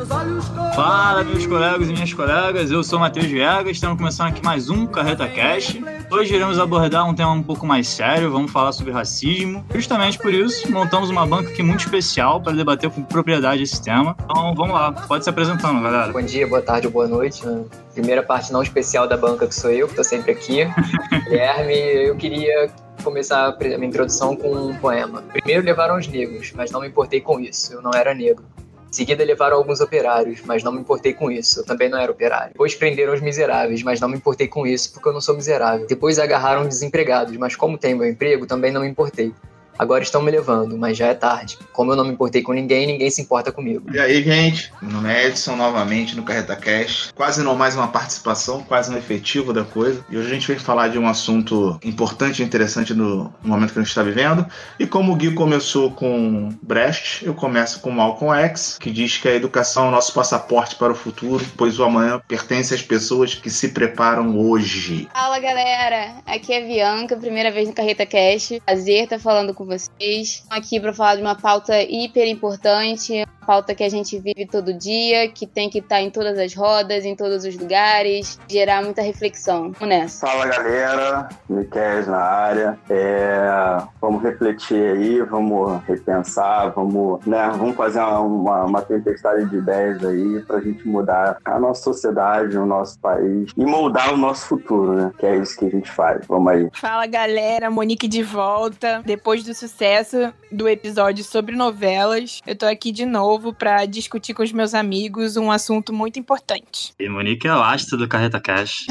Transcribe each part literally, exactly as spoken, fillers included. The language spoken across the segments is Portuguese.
Fala, meus colegas e minhas colegas, eu sou o Matheus Viegas, estamos começando aqui mais um Carreta Cast. Hoje iremos abordar um tema um pouco mais sério, vamos falar sobre racismo. Justamente por isso, montamos uma banca aqui muito especial para debater com propriedade esse tema. Então, vamos lá, pode se apresentando, galera. Bom dia, boa tarde ou boa noite. Primeira parte não especial da banca, que sou eu, que estou sempre aqui. Guilherme, eu queria começar a minha introdução com um poema. Primeiro levaram os negros, mas não me importei com isso, eu não era negro. Em seguida levaram alguns operários, mas não me importei com isso, eu também não era operário. Depois prenderam os miseráveis, mas não me importei com isso, porque eu não sou miserável. Depois agarraram desempregados, mas como tenho meu emprego, também não me importei. Agora estão me levando, mas já é tarde. Como eu não me importei com ninguém, ninguém se importa comigo. E aí, gente? Meu nome é Edson, novamente no Carreta Cast. Quase não mais uma participação, quase um efetivo da coisa. E hoje a gente vem falar de um assunto importante e interessante no momento que a gente está vivendo. E como o Gui começou com Brecht, eu começo com Malcolm X, que diz que a educação é o nosso passaporte para o futuro, pois o amanhã pertence às pessoas que se preparam hoje. Fala, galera! Aqui é a Bianca, primeira vez no Carreta Cast. Prazer estar falando com vocês. Aqui para falar de uma pauta hiper importante, uma pauta que a gente vive todo dia, que tem que estar em todas as rodas, em todos os lugares, gerar muita reflexão. Vamos nessa. Fala, galera, Miquel na área. É, vamos refletir aí, vamos repensar, vamos, né, vamos fazer uma, uma, uma tempestade de ideias aí pra gente mudar a nossa sociedade, o nosso país e moldar o nosso futuro, né? Que é isso que a gente faz. Vamos aí. Fala, galera, Monique de volta. Depois do sucesso do episódio sobre novelas, eu tô aqui de novo pra discutir com os meus amigos um assunto muito importante. E Monique é o astro do Carreta Cash.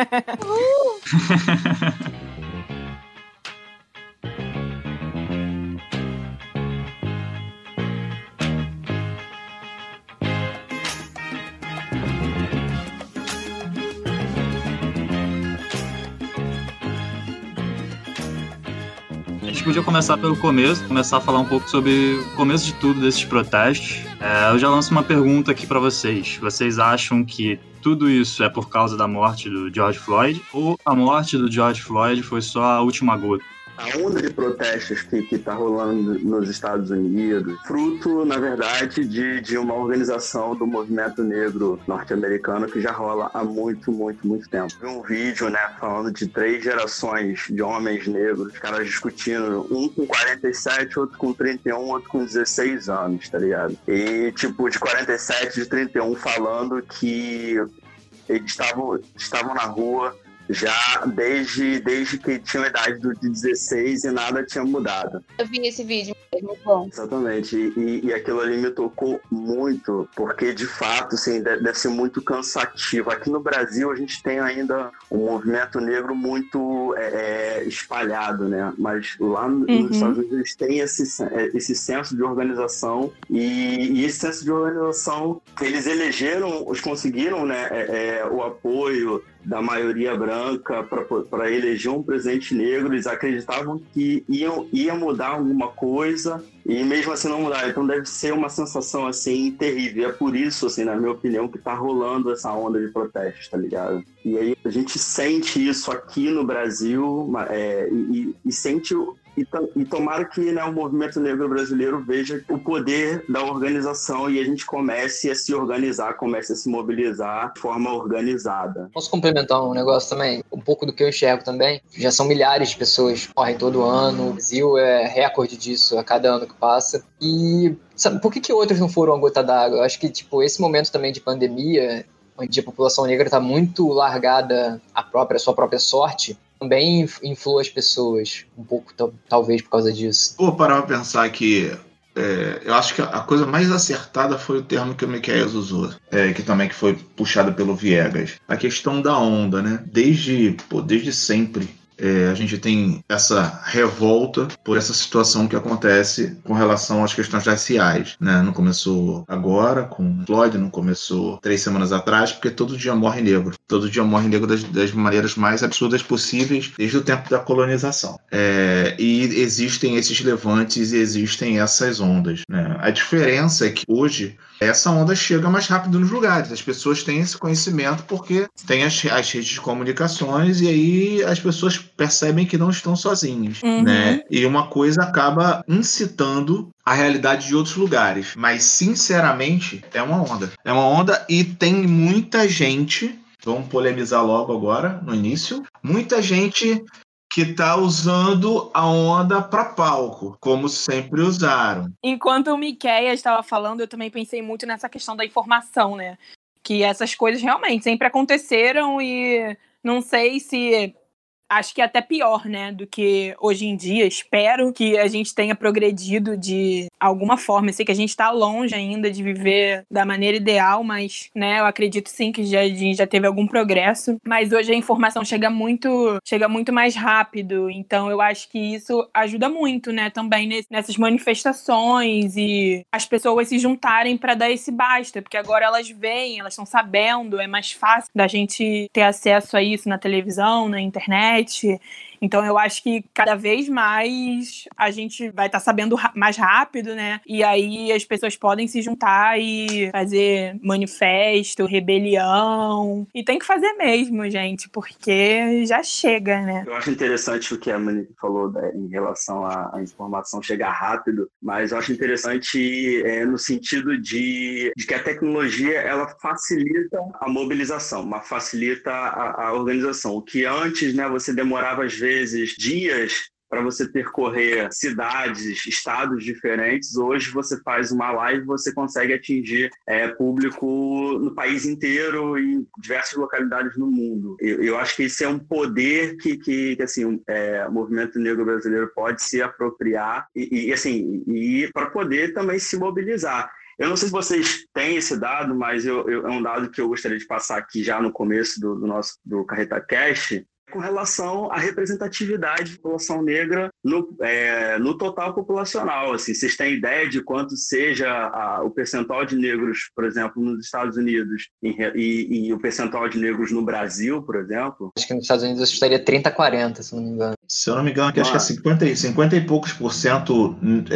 A gente podia começar pelo começo, começar a falar um pouco sobre o começo de tudo desses protestos. É, eu já lanço uma pergunta aqui pra vocês. Vocês acham que tudo isso é por causa da morte do George Floyd ou a morte do George Floyd foi só a última gota? A onda de protestos que está rolando nos Estados Unidos, fruto, na verdade, de, de uma organização do movimento negro norte-americano que já rola há muito, muito, muito tempo. Vi um vídeo, né, falando de três gerações de homens negros, os caras discutindo, um com quarenta e sete, outro com trinta e um, outro com dezesseis anos, tá ligado? E, tipo, de quarenta e sete, de trinta e um, falando que eles estavam, estavam na rua já desde, desde que tinha a idade de dezesseis e nada tinha mudado. Eu vi esse vídeo, é muito bom. Exatamente, e, e aquilo ali me tocou muito, porque de fato, assim, deve ser muito cansativo. Aqui no Brasil a gente tem ainda um movimento negro muito é, espalhado, né? Mas lá uhum. nos Estados Unidos eles têm esse, esse senso de organização e, e esse senso de organização, eles elegeram, eles conseguiram, né, é, é, o apoio da maioria branca para eleger um presidente negro. Eles acreditavam que iam, ia mudar alguma coisa e mesmo assim não mudar. Então deve ser uma sensação assim terrível. É por isso, assim, na minha opinião, que tá rolando essa onda de protestos, tá ligado? E aí a gente sente isso aqui no Brasil é, e, e sente E, e tomara que, né, o movimento negro brasileiro veja o poder da organização e a gente comece a se organizar, comece a se mobilizar de forma organizada. Posso complementar um negócio também? Um pouco do que eu enxergo também. Já são milhares de pessoas que morrem todo ano. O Brasil é recorde disso a cada ano que passa. E sabe, por que, que outros não foram a gota d'água? Eu acho que tipo, esse momento também de pandemia, onde a população negra está muito largada à própria, à sua própria sorte, também influa as pessoas, um pouco, t- talvez, por causa disso. Vou parar pra pensar que é, eu acho que a coisa mais acertada foi o termo que o Miquel usou, é, que também que foi puxado pelo Viegas. A questão da onda, né? Desde, pô, desde sempre. É, a gente tem essa revolta por essa situação que acontece com relação às questões raciais, né? Não começou agora com Floyd, não começou três semanas atrás, porque todo dia morre negro. Todo dia morre negro das, das maneiras mais absurdas possíveis desde o tempo da colonização. É, e existem esses levantes e existem essas ondas, né? A diferença é que hoje essa onda chega mais rápido nos lugares. As pessoas têm esse conhecimento porque tem as, as redes de comunicações e aí as pessoas percebem que não estão sozinhos, Uhum. né? E uma coisa acaba incitando a realidade de outros lugares. Mas, sinceramente, é uma onda. É uma onda e tem muita gente, vamos polemizar logo agora, no início, muita gente que tá usando a onda para palco, como sempre usaram. Enquanto o Miquéia estava falando, eu também pensei muito nessa questão da informação, né? Que essas coisas realmente sempre aconteceram e não sei se... Acho que é até pior, né, do que hoje em dia. Espero que a gente tenha progredido de alguma forma. Eu sei que a gente está longe ainda de viver da maneira ideal, mas, né, eu acredito sim que já, a gente já teve algum progresso. Mas hoje a informação chega muito, chega muito mais rápido. Então eu acho que isso ajuda muito, né, também nessas manifestações e as pessoas se juntarem para dar esse basta. Porque agora elas veem, elas estão sabendo, é mais fácil da gente ter acesso a isso na televisão, na internet. Então eu acho que cada vez mais a gente vai estar tá sabendo mais rápido, né? E aí as pessoas podem se juntar e fazer manifesto, rebelião. E tem que fazer mesmo, gente, porque já chega, né? Eu acho interessante o que a Monique falou, né, em relação à, à informação chegar rápido, mas eu acho interessante é, no sentido de, de que a tecnologia ela facilita a mobilização, mas facilita a, a organização. O que antes, né, você demorava às vezes dias para você percorrer cidades, estados diferentes, hoje você faz uma live e você consegue atingir é, público no país inteiro e em diversas localidades no mundo. Eu, eu acho que esse é um poder que, que, que assim, é, o movimento negro brasileiro pode se apropriar e, e, assim, e para poder também se mobilizar. Eu não sei se vocês têm esse dado, mas eu, eu, é um dado que eu gostaria de passar aqui já no começo do, do nosso do Carreta Cast, com relação à representatividade da população negra no, é, no total populacional. Assim, vocês têm ideia de quanto seja a, o percentual de negros, por exemplo, nos Estados Unidos e, e, e o percentual de negros no Brasil, por exemplo? Acho que nos Estados Unidos estaria trinta a quarenta, se não me engano. Se eu não me engano, aqui, acho que é cinquenta, cinquenta e poucos por cento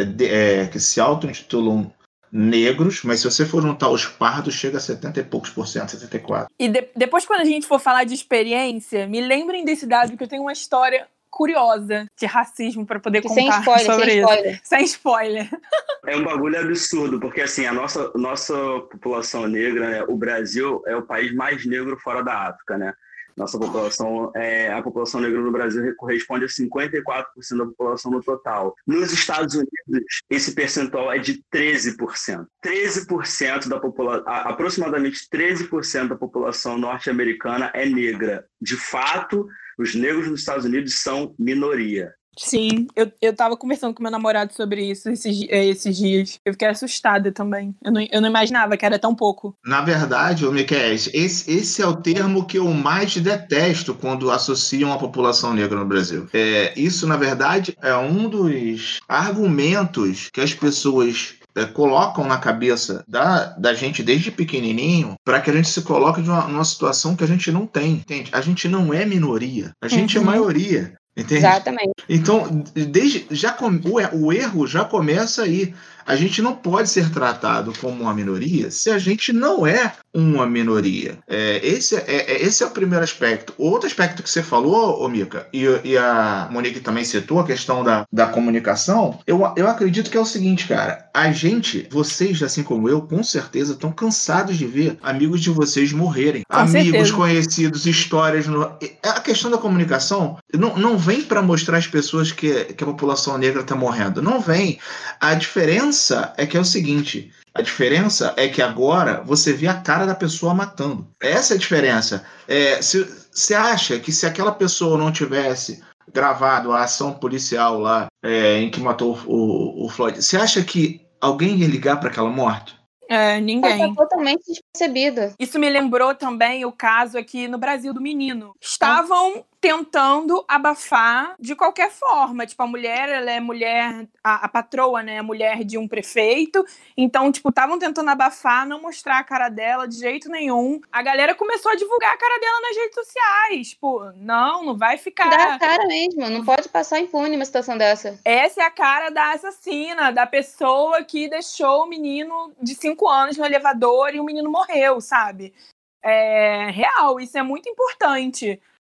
é, que se auto-intitulam negros, mas se você for juntar os pardos, chega a setenta e poucos por cento, setenta e quatro. E de, depois, quando a gente for falar de experiência, me lembrem desse dado, que eu tenho uma história curiosa de racismo para poder contar sem spoiler, sobre sem isso. Spoiler. Sem spoiler. É um bagulho absurdo, porque assim, a nossa, nossa população negra, né, o Brasil é o país mais negro fora da África, né? Nossa população, é, a população negra no Brasil corresponde a cinquenta e quatro por cento da população no total. Nos Estados Unidos, esse percentual é de treze por cento. treze por cento da população, aproximadamente treze por cento da população norte-americana é negra. De fato, os negros nos Estados Unidos são minoria. Sim, eu, eu tava conversando com meu namorado sobre isso esses, esses dias. Eu fiquei assustada também. Eu não, eu não imaginava que era tão pouco. Na verdade, ô Miquel, esse, esse é o termo que eu mais detesto quando associam a população negra no Brasil. É, isso, na verdade, é um dos argumentos que as pessoas é, colocam na cabeça da, da gente desde pequenininho para que a gente se coloque numa, numa situação que a gente não tem. Entende? A gente não é minoria, a gente uhum. é maioria. Entende? Exatamente. Então, desde, já, o, o erro já começa aí. A gente não pode ser tratado como uma minoria se a gente não é uma minoria. É, esse, é, esse é o primeiro aspecto. Outro aspecto que você falou, ô Mica, e, e a Monique também citou, a questão da, da comunicação, eu, eu acredito que é o seguinte, cara. A gente, vocês, assim como eu, com certeza estão cansados de ver amigos de vocês morrerem. Com amigos, certeza. conhecidos, histórias. No... A questão da comunicação não, não vem para mostrar às pessoas que, que a população negra está morrendo. Não vem. A diferença é que é o seguinte, a diferença é que agora você vê a cara da pessoa matando. Essa é a diferença. É, se você acha que se aquela pessoa não tivesse gravado a ação policial lá é, em que matou o, o Floyd, você acha que alguém ia ligar para aquela morte? É, ninguém. Tá totalmente despercebida. Isso me lembrou também o caso aqui no Brasil do menino. Estavam tentando abafar de qualquer forma. Tipo, a mulher, ela é mulher, a, a patroa, né, é mulher de um prefeito. Então, tipo, estavam tentando abafar, não mostrar a cara dela de jeito nenhum. A galera começou a divulgar a cara dela nas redes sociais. Tipo, não, não vai ficar... Dá a cara mesmo, não pode passar impune uma situação dessa. Essa é a cara da assassina, da pessoa que deixou o menino de cinco anos no elevador e o menino morreu, sabe? É real, isso é muito importante.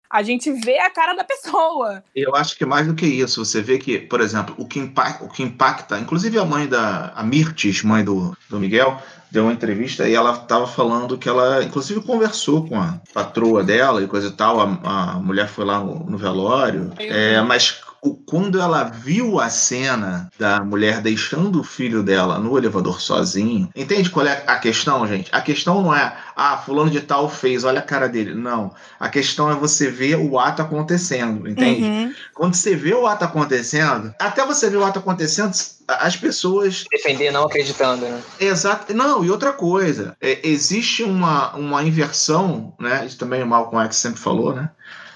A gente vê a cara da pessoa. Eu acho que mais do que isso, você vê que, por exemplo, o que impacta, o que impacta inclusive a mãe da a Mirtes, mãe do, do Miguel, deu uma entrevista e ela estava falando que ela, inclusive, conversou com a patroa dela e coisa e tal, a, a mulher foi lá no, no velório, é, mas o, quando ela viu a cena da mulher deixando o filho dela no elevador sozinho, entende qual é a questão, gente? A questão não é, ah, fulano de tal fez, olha a cara dele. Não. A questão é você ver o ato acontecendo, entende? Uhum. Quando você vê o ato acontecendo, até você ver o ato acontecendo, as pessoas... Defender não acreditando, né? Exato. Não, e outra coisa, é, existe uma, uma inversão, né? Isso também o Malcolm X sempre falou, né?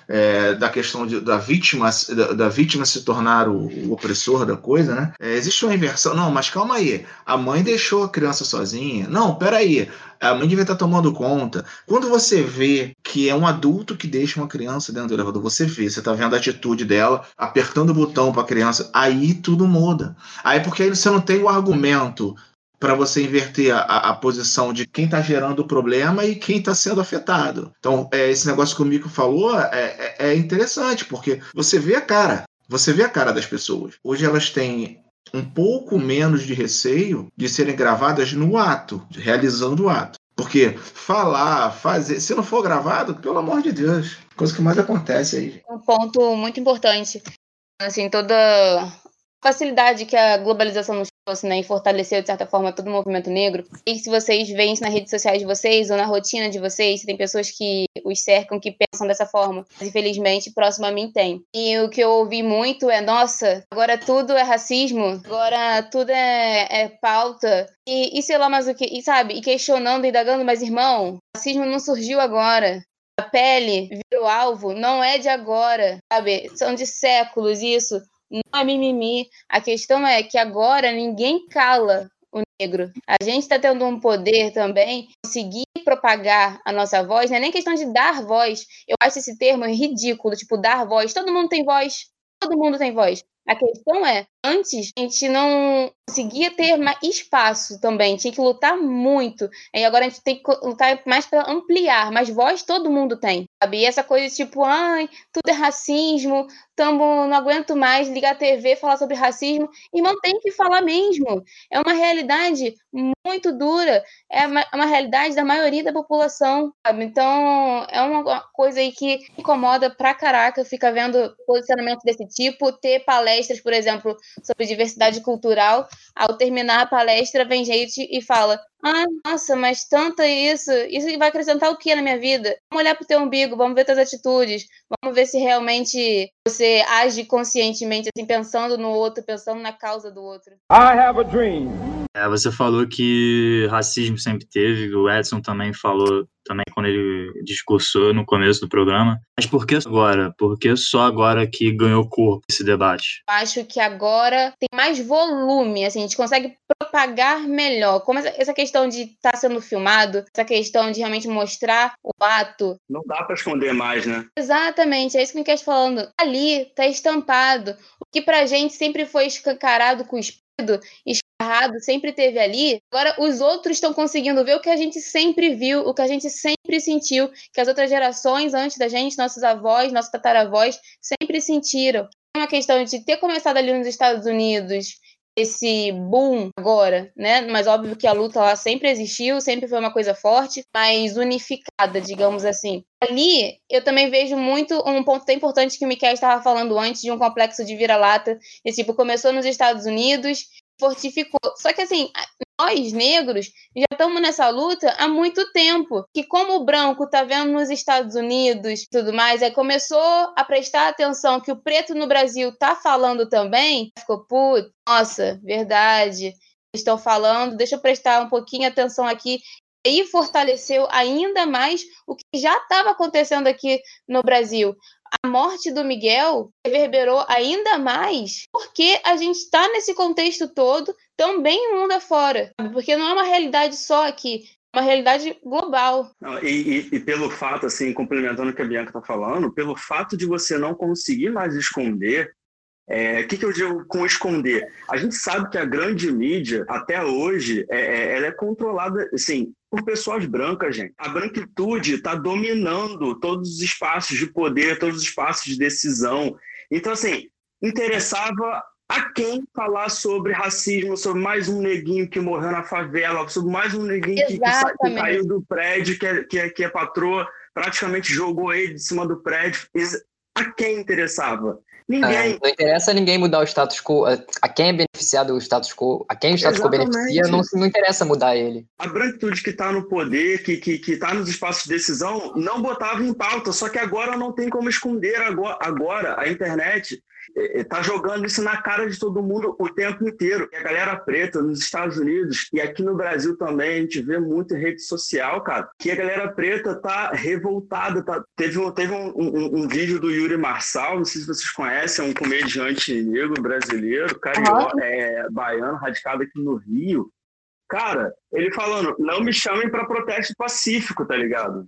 É, da questão de, da, vítima, da, da vítima se tornar o, o opressor da coisa, né? É, existe uma inversão. Não, mas calma aí. A mãe deixou a criança sozinha. Não, peraí. A mãe devia estar tomando conta. Quando você vê que é um adulto que deixa uma criança dentro do elevador, você vê, você está vendo a atitude dela, apertando o botão para a criança, aí tudo muda. Aí porque aí você não tem o argumento para você inverter a, a, a posição de quem está gerando o problema e quem está sendo afetado. Então, é, esse negócio que o Mico falou é, é, é interessante, porque você vê a cara, você vê a cara das pessoas. Hoje elas têm um pouco menos de receio de serem gravadas no ato, realizando o ato. Porque falar, fazer, se não for gravado, pelo amor de Deus, coisa que mais acontece aí. Um ponto muito importante, assim, toda facilidade que a globalização nos trouxe, né, e fortaleceu, de certa forma, todo o movimento negro. E se vocês veem isso nas redes sociais de vocês ou na rotina de vocês, tem pessoas que os cercam, que pensam dessa forma. Mas, infelizmente, próximo a mim tem. E o que eu ouvi muito é, nossa, agora tudo é racismo, agora tudo é, é pauta. E, e sei lá mais o que, e sabe, e questionando, indagando, mas, irmão, racismo não surgiu agora. A pele virou alvo, não é de agora, sabe? São de séculos isso. Não é mimimi. A questão é que agora ninguém cala o negro. A gente está tendo um poder também, conseguir propagar a nossa voz, não é nem questão de dar voz. Eu acho esse termo ridículo, tipo, dar voz. Todo mundo tem voz. Todo mundo tem voz. A questão é, antes a gente não conseguia ter mais espaço também, tinha que lutar muito. E agora a gente tem que lutar mais para ampliar, mas voz todo mundo tem, sabe? E essa coisa tipo, ai, tudo é racismo, tamo, não aguento mais ligar a T V, falar sobre racismo. Irmão, tem que falar mesmo. É uma realidade muito dura, é uma, uma realidade da maioria da população, sabe? Então, é uma coisa aí que incomoda pra caraca, fica vendo posicionamento desse tipo, ter palestras, por exemplo, sobre diversidade cultural. Ao terminar a palestra, vem gente e fala, ah, nossa, mas tanto isso, isso vai acrescentar o que na minha vida? Vamos olhar pro teu umbigo, vamos ver tuas atitudes, vamos ver se realmente você age conscientemente, assim, pensando no outro, pensando na causa do outro. I have a dream. É, você falou que racismo sempre teve, o Edson também falou, também quando ele discursou no começo do programa. Mas por que agora? Por que só agora que ganhou corpo esse debate? Acho que agora tem mais volume, assim, a gente consegue propagar melhor. Como essa questão de estar tá sendo filmado, essa questão de realmente mostrar o ato. Não dá para esconder mais, né? Exatamente, é isso que o Nick falando. Ali tá estampado. O que pra gente sempre foi escancarado, cuspido, escarrado, sempre teve ali. Agora os outros estão conseguindo ver o que a gente sempre viu, o que a gente sempre sentiu, que as outras gerações antes da gente, nossos avós, nossos tataravós, sempre sentiram. É uma questão de ter começado ali nos Estados Unidos, esse boom agora, né? Mas óbvio que a luta lá sempre existiu, sempre foi uma coisa forte, mas unificada, digamos assim. Ali, eu também vejo muito um ponto tão importante que o Miquel estava falando antes, de um complexo de vira-lata. Esse tipo, começou nos Estados Unidos, fortificou. Só que assim, nós negros já estamos nessa luta há muito tempo, que como o branco tá vendo nos Estados Unidos e tudo mais, aí começou a prestar atenção que o preto no Brasil tá falando também, ficou, putz, nossa, verdade, eles estão falando, deixa eu prestar um pouquinho atenção aqui. E aí fortaleceu ainda mais o que já estava acontecendo aqui no Brasil. A morte do Miguel reverberou ainda mais porque a gente está nesse contexto todo também no mundo afora, sabe? Porque não é uma realidade só aqui, é uma realidade global. Não, e, e, e pelo fato, assim, complementando o que a Bianca está falando, pelo fato de você não conseguir mais esconder É, o que, que eu digo com esconder? A gente sabe que a grande mídia, até hoje, é, é, ela é controlada, assim, por pessoas brancas, gente. A branquitude está dominando todos os espaços de poder, todos os espaços de decisão. Então, assim, interessava a quem falar sobre racismo, sobre mais um neguinho que morreu na favela, sobre mais um neguinho que, que, sa- que caiu do prédio, que, é, que, é, que a patroa praticamente jogou ele de cima do prédio. A quem interessava? Ninguém. É, não interessa a ninguém mudar o status quo. A, a quem é beneficiado o status quo, a quem o status quo beneficia, não, não interessa mudar ele. A branquitude que está no poder, que está que, que tá nos espaços de decisão, não botava em pauta, só que agora não tem como esconder. Agora, agora a internet está jogando isso na cara de todo mundo o tempo inteiro. E a galera preta nos Estados Unidos e aqui no Brasil também, a gente vê muito em rede social, cara, que a galera preta tá revoltada. Tá... Teve, um, teve um, um, um vídeo do Yuri Marçal, não sei se vocês conhecem, é um comediante negro brasileiro, carioca, uhum. é, baiano, radicado aqui no Rio. Cara, ele falando, não me chamem para protesto pacífico, tá ligado?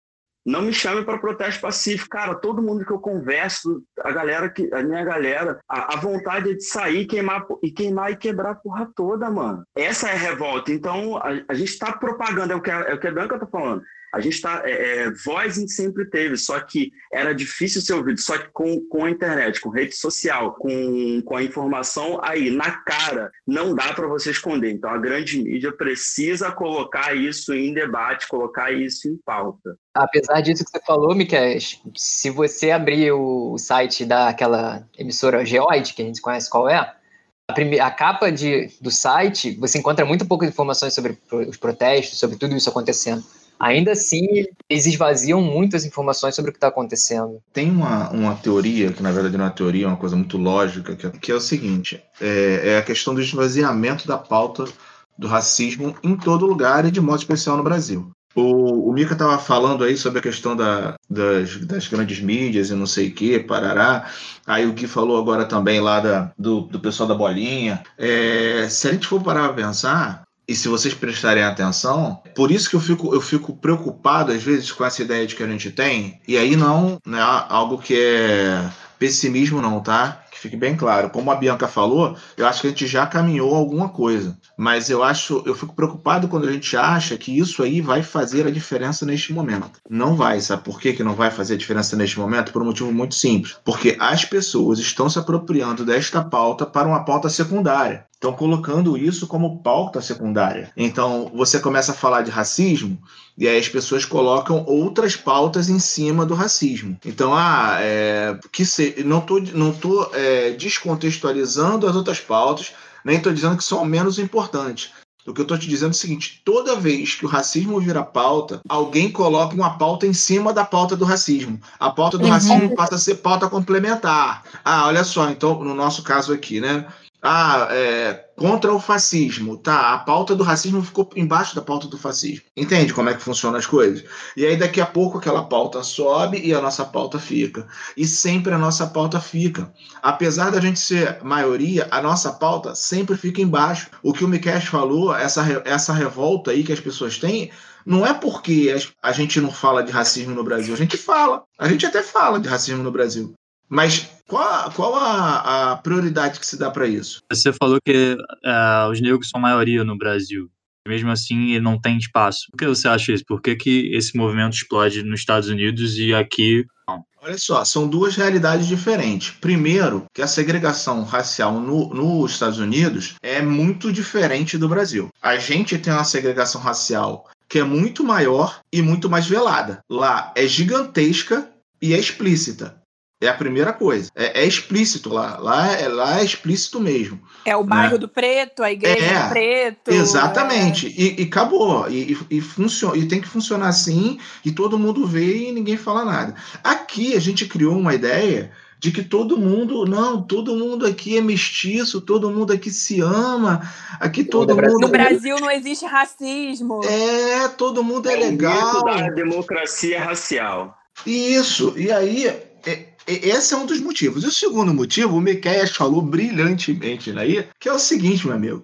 Não me chame para protesto pacífico. Cara, todo mundo que eu converso, a galera, que, a minha galera, a, a vontade é de sair queimar, e queimar e quebrar a porra toda, mano. Essa é a revolta. Então, a, a gente está propagando, é o que a, é o que a Bianca tá falando. A gente está... É, é, voz a gente sempre teve, só que era difícil ser ouvido. Só que com, com a internet, com rede social, com, com a informação aí, na cara, não dá para você esconder. Então, a grande mídia precisa colocar isso em debate, colocar isso em pauta. Apesar disso que você falou, Miquel, se você abrir o site daquela emissora Geoide, que a gente conhece qual é, a, primeira, a capa de, do site, você encontra muito poucas informações sobre os protestos, sobre tudo isso acontecendo. Ainda assim, eles esvaziam muitas informações sobre o que está acontecendo. Tem uma, uma teoria, que na verdade não é uma teoria, é uma coisa muito lógica, que é, que é o seguinte, é, é a questão do esvaziamento da pauta do racismo em todo lugar e de modo especial no Brasil. O, o Mika estava falando aí sobre a questão da, das, das grandes mídias e não sei o que, parará. Aí o Gui falou agora também lá da, do, do pessoal da bolinha. É, se a gente for parar para pensar, e se vocês prestarem atenção, por isso que eu fico, eu fico preocupado às vezes com essa ideia de que a gente tem, e aí não, não é algo que é pessimismo não, tá? Que fique bem claro. Como a Bianca falou, eu acho que a gente já caminhou alguma coisa. Mas eu acho, eu fico preocupado quando a gente acha que isso aí vai fazer a diferença neste momento. Não vai, sabe por que que não vai fazer a diferença neste momento? Por um motivo muito simples. Porque as pessoas estão se apropriando desta pauta para uma pauta secundária. Estão colocando isso como pauta secundária. Então, você começa a falar de racismo, e aí as pessoas colocam outras pautas em cima do racismo. Então, ah, é, que se, não estou não tô, é, descontextualizando as outras pautas, nem estou dizendo que são menos importantes. O que eu estou te dizendo é o seguinte, toda vez que o racismo vira pauta, alguém coloca uma pauta em cima da pauta do racismo. A pauta do uhum. racismo passa a ser pauta complementar. Ah, olha só, então, no nosso caso aqui, né? Ah, é, contra o fascismo, tá? A pauta do racismo ficou embaixo da pauta do fascismo. Entende como é que funcionam as coisas? E aí daqui a pouco aquela pauta sobe e a nossa pauta fica. E sempre a nossa pauta fica. Apesar da gente ser maioria, a nossa pauta sempre fica embaixo. O que o Miquel falou, essa, essa revolta aí que as pessoas têm, não é porque a gente não fala de racismo no Brasil. A gente fala. A gente até fala de racismo no Brasil. Mas qual, qual a, a prioridade que se dá para isso? Você falou que uh, os negros são maioria no Brasil. Mesmo assim, ele não tem espaço. Por que você acha isso? Por que, que esse movimento explode nos Estados Unidos e aqui não? Olha só, são duas realidades diferentes. Primeiro, que a segregação racial no, nos Estados Unidos é muito diferente do Brasil. A gente tem uma segregação racial que é muito maior e muito mais velada. Lá é gigantesca e é explícita. É a primeira coisa. É, é explícito lá. Lá é, lá é explícito mesmo. É o bairro né? do preto, a igreja é, do preto. Exatamente. É... E, e acabou. E, e, e, funciona, e tem que funcionar assim, e todo mundo vê e ninguém fala nada. Aqui a gente criou uma ideia de que todo mundo, não, todo mundo aqui é mestiço, todo mundo aqui se ama, aqui todo no mundo... No Brasil não existe racismo. É, todo mundo é, é legal. O mito da democracia racial. Isso. E aí... É, esse é um dos motivos. E o segundo motivo, o Miqueias falou brilhantemente aí, que é o seguinte, meu amigo,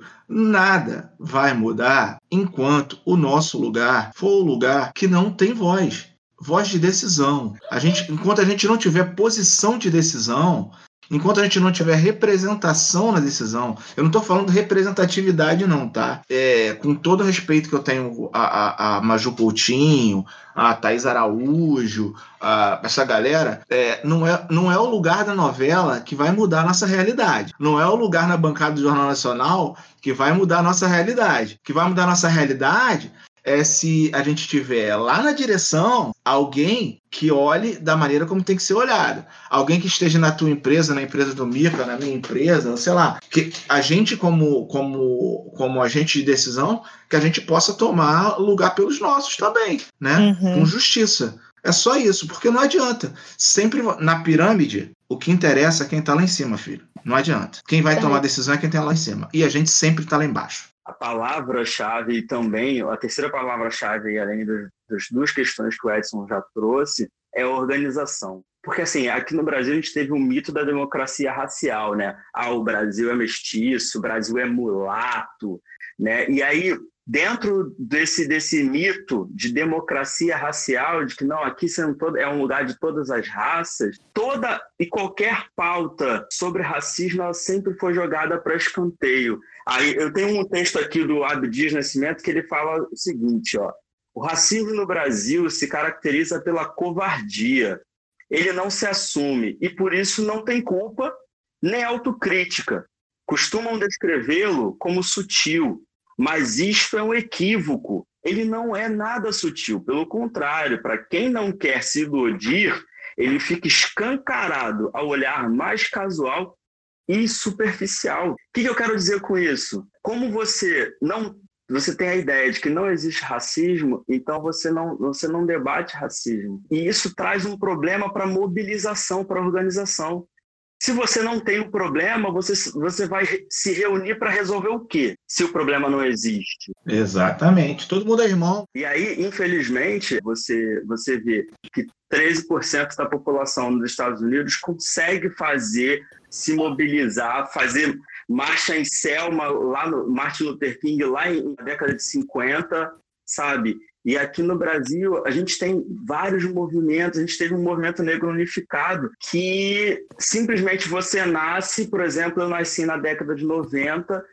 nada vai mudar enquanto o nosso lugar for o lugar que não tem voz. Voz de decisão. A gente, enquanto a gente não tiver posição de decisão, Enquanto a gente não tiver representação na decisão, eu não estou falando de representatividade não, tá? É, com todo o respeito que eu tenho a, a, a Maju Coutinho, a Thaís Araújo, a, essa galera, é, não, é, não é o lugar da novela que vai mudar a nossa realidade. Não é o lugar na bancada do Jornal Nacional que vai mudar a nossa realidade. O que vai mudar a nossa realidade é se a gente tiver lá na direção alguém que olhe da maneira como tem que ser olhado. Alguém que esteja na tua empresa, na empresa do Mirka, na minha empresa, sei lá. Que a gente, como, como, como agente de decisão, que a gente possa tomar lugar pelos nossos também, né? Uhum. Com justiça. É só isso, porque não adianta. Sempre na pirâmide, o que interessa é quem está lá em cima, filho. Não adianta. Quem vai tomar a decisão é quem está lá em cima. E a gente sempre está lá embaixo. A palavra-chave também, a terceira palavra-chave, além das, das duas questões que o Edson já trouxe, é a organização. Porque, assim, aqui no Brasil a gente teve um mito da democracia racial, né? Ah, o Brasil é mestiço, o Brasil é mulato, né? E aí, dentro desse, desse mito de democracia racial, de que não, aqui é um lugar de todas as raças, toda e qualquer pauta sobre racismo ela sempre foi jogada para escanteio. Aí eu tenho um texto aqui do Abdias Nascimento que ele fala o seguinte, ó: o racismo no Brasil se caracteriza pela covardia. Ele não se assume e por isso não tem culpa nem autocrítica. Costumam descrevê-lo como sutil, mas isto é um equívoco. Ele não é nada sutil, pelo contrário, para quem não quer se iludir, ele fica escancarado ao olhar mais casual e superficial. O que eu quero dizer com isso? Como você não você tem a ideia de que não existe racismo, então você não, você não debate racismo. E isso traz um problema para a mobilização, para a organização. Se você não tem um problema, você, você vai se reunir para resolver o quê? Se o problema não existe. Exatamente. Todo mundo é irmão. E aí, infelizmente, você, você vê que treze por cento da população nos Estados Unidos consegue fazer, se mobilizar, fazer marcha em Selma, lá no Martin Luther King, lá em, na década de cinquenta, sabe? E aqui no Brasil, a gente tem vários movimentos, a gente teve um movimento negro unificado que simplesmente você nasce, por exemplo, eu nasci na década de noventa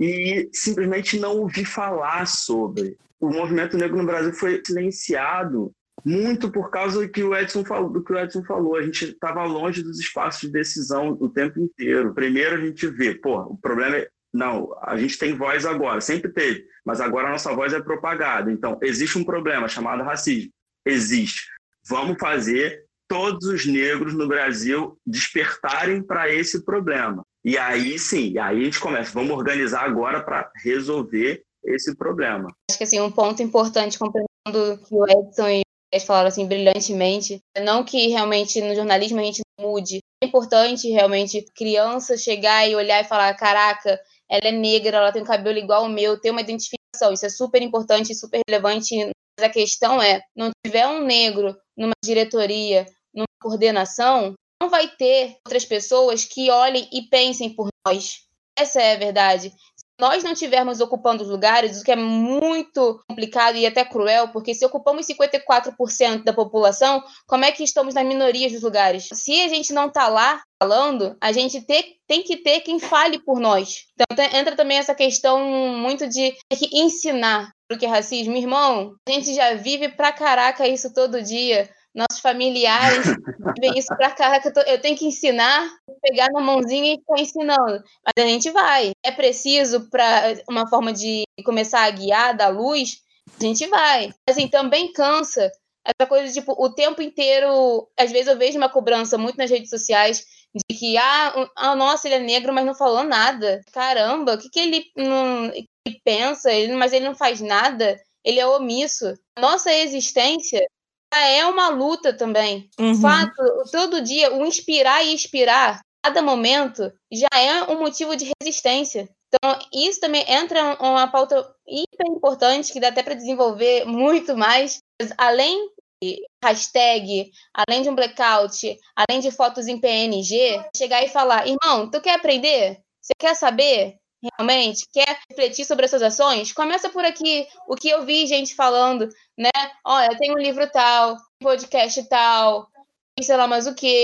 e simplesmente não ouvi falar sobre. O movimento negro no Brasil foi silenciado muito por causa do que o Edson falou, do que o Edson falou. A gente estava longe dos espaços de decisão o tempo inteiro. Primeiro a gente vê, pô, o problema é não, a gente tem voz agora, sempre teve, mas agora a nossa voz é propagada. Então, existe um problema chamado racismo. Existe. Vamos fazer todos os negros no Brasil despertarem para esse problema. E aí, sim, aí a gente começa, vamos organizar agora para resolver esse problema. Acho que assim, um ponto importante, complementando o que o Edson e o Ed falaram assim, brilhantemente, não que realmente no jornalismo a gente não mude. É importante realmente criança chegar e olhar e falar, caraca, ela é negra, ela tem um cabelo igual ao meu, tem uma identificação. Isso é super importante e super relevante. Mas a questão é, não tiver um negro numa diretoria, numa coordenação, não vai ter outras pessoas que olhem e pensem por nós. Essa é a verdade. Se nós não estivermos ocupando os lugares, o que é muito complicado e até cruel, porque se ocupamos cinquenta e quatro por cento da população, como é que estamos na minoria dos lugares? Se a gente não está lá falando, a gente ter, tem que ter quem fale por nós. Então entra também essa questão muito de ter que ensinar o que é racismo. Irmão, a gente já vive pra caraca isso todo dia. Nossos familiares vivem isso pra caraca. Eu tenho que ensinar, pegar na mãozinha e ficar ensinando. Mas a gente vai. É preciso para uma forma de começar a guiar, dar luz, a gente vai. Assim, também cansa. Essa coisa, tipo, o tempo inteiro... Às vezes eu vejo uma cobrança muito nas redes sociais de que, ah, ah nossa, ele é negro, mas não falou nada. Caramba, o que, que ele, não, ele pensa? Ele, mas ele não faz nada. Ele é omisso. Nossa existência... é uma luta também. Uhum. Fato, todo dia, o inspirar e expirar, cada momento, já é um motivo de resistência. Então, isso também entra em uma pauta hiper importante, que dá até para desenvolver muito mais. Além de hashtag, além de um blackout, além de fotos em P N G, chegar e falar, irmão, tu quer aprender? Você quer saber? Realmente, quer refletir sobre essas ações? Começa por aqui, o que eu vi gente falando, né? Olha, tem um livro tal, um podcast tal, sei lá mais o quê.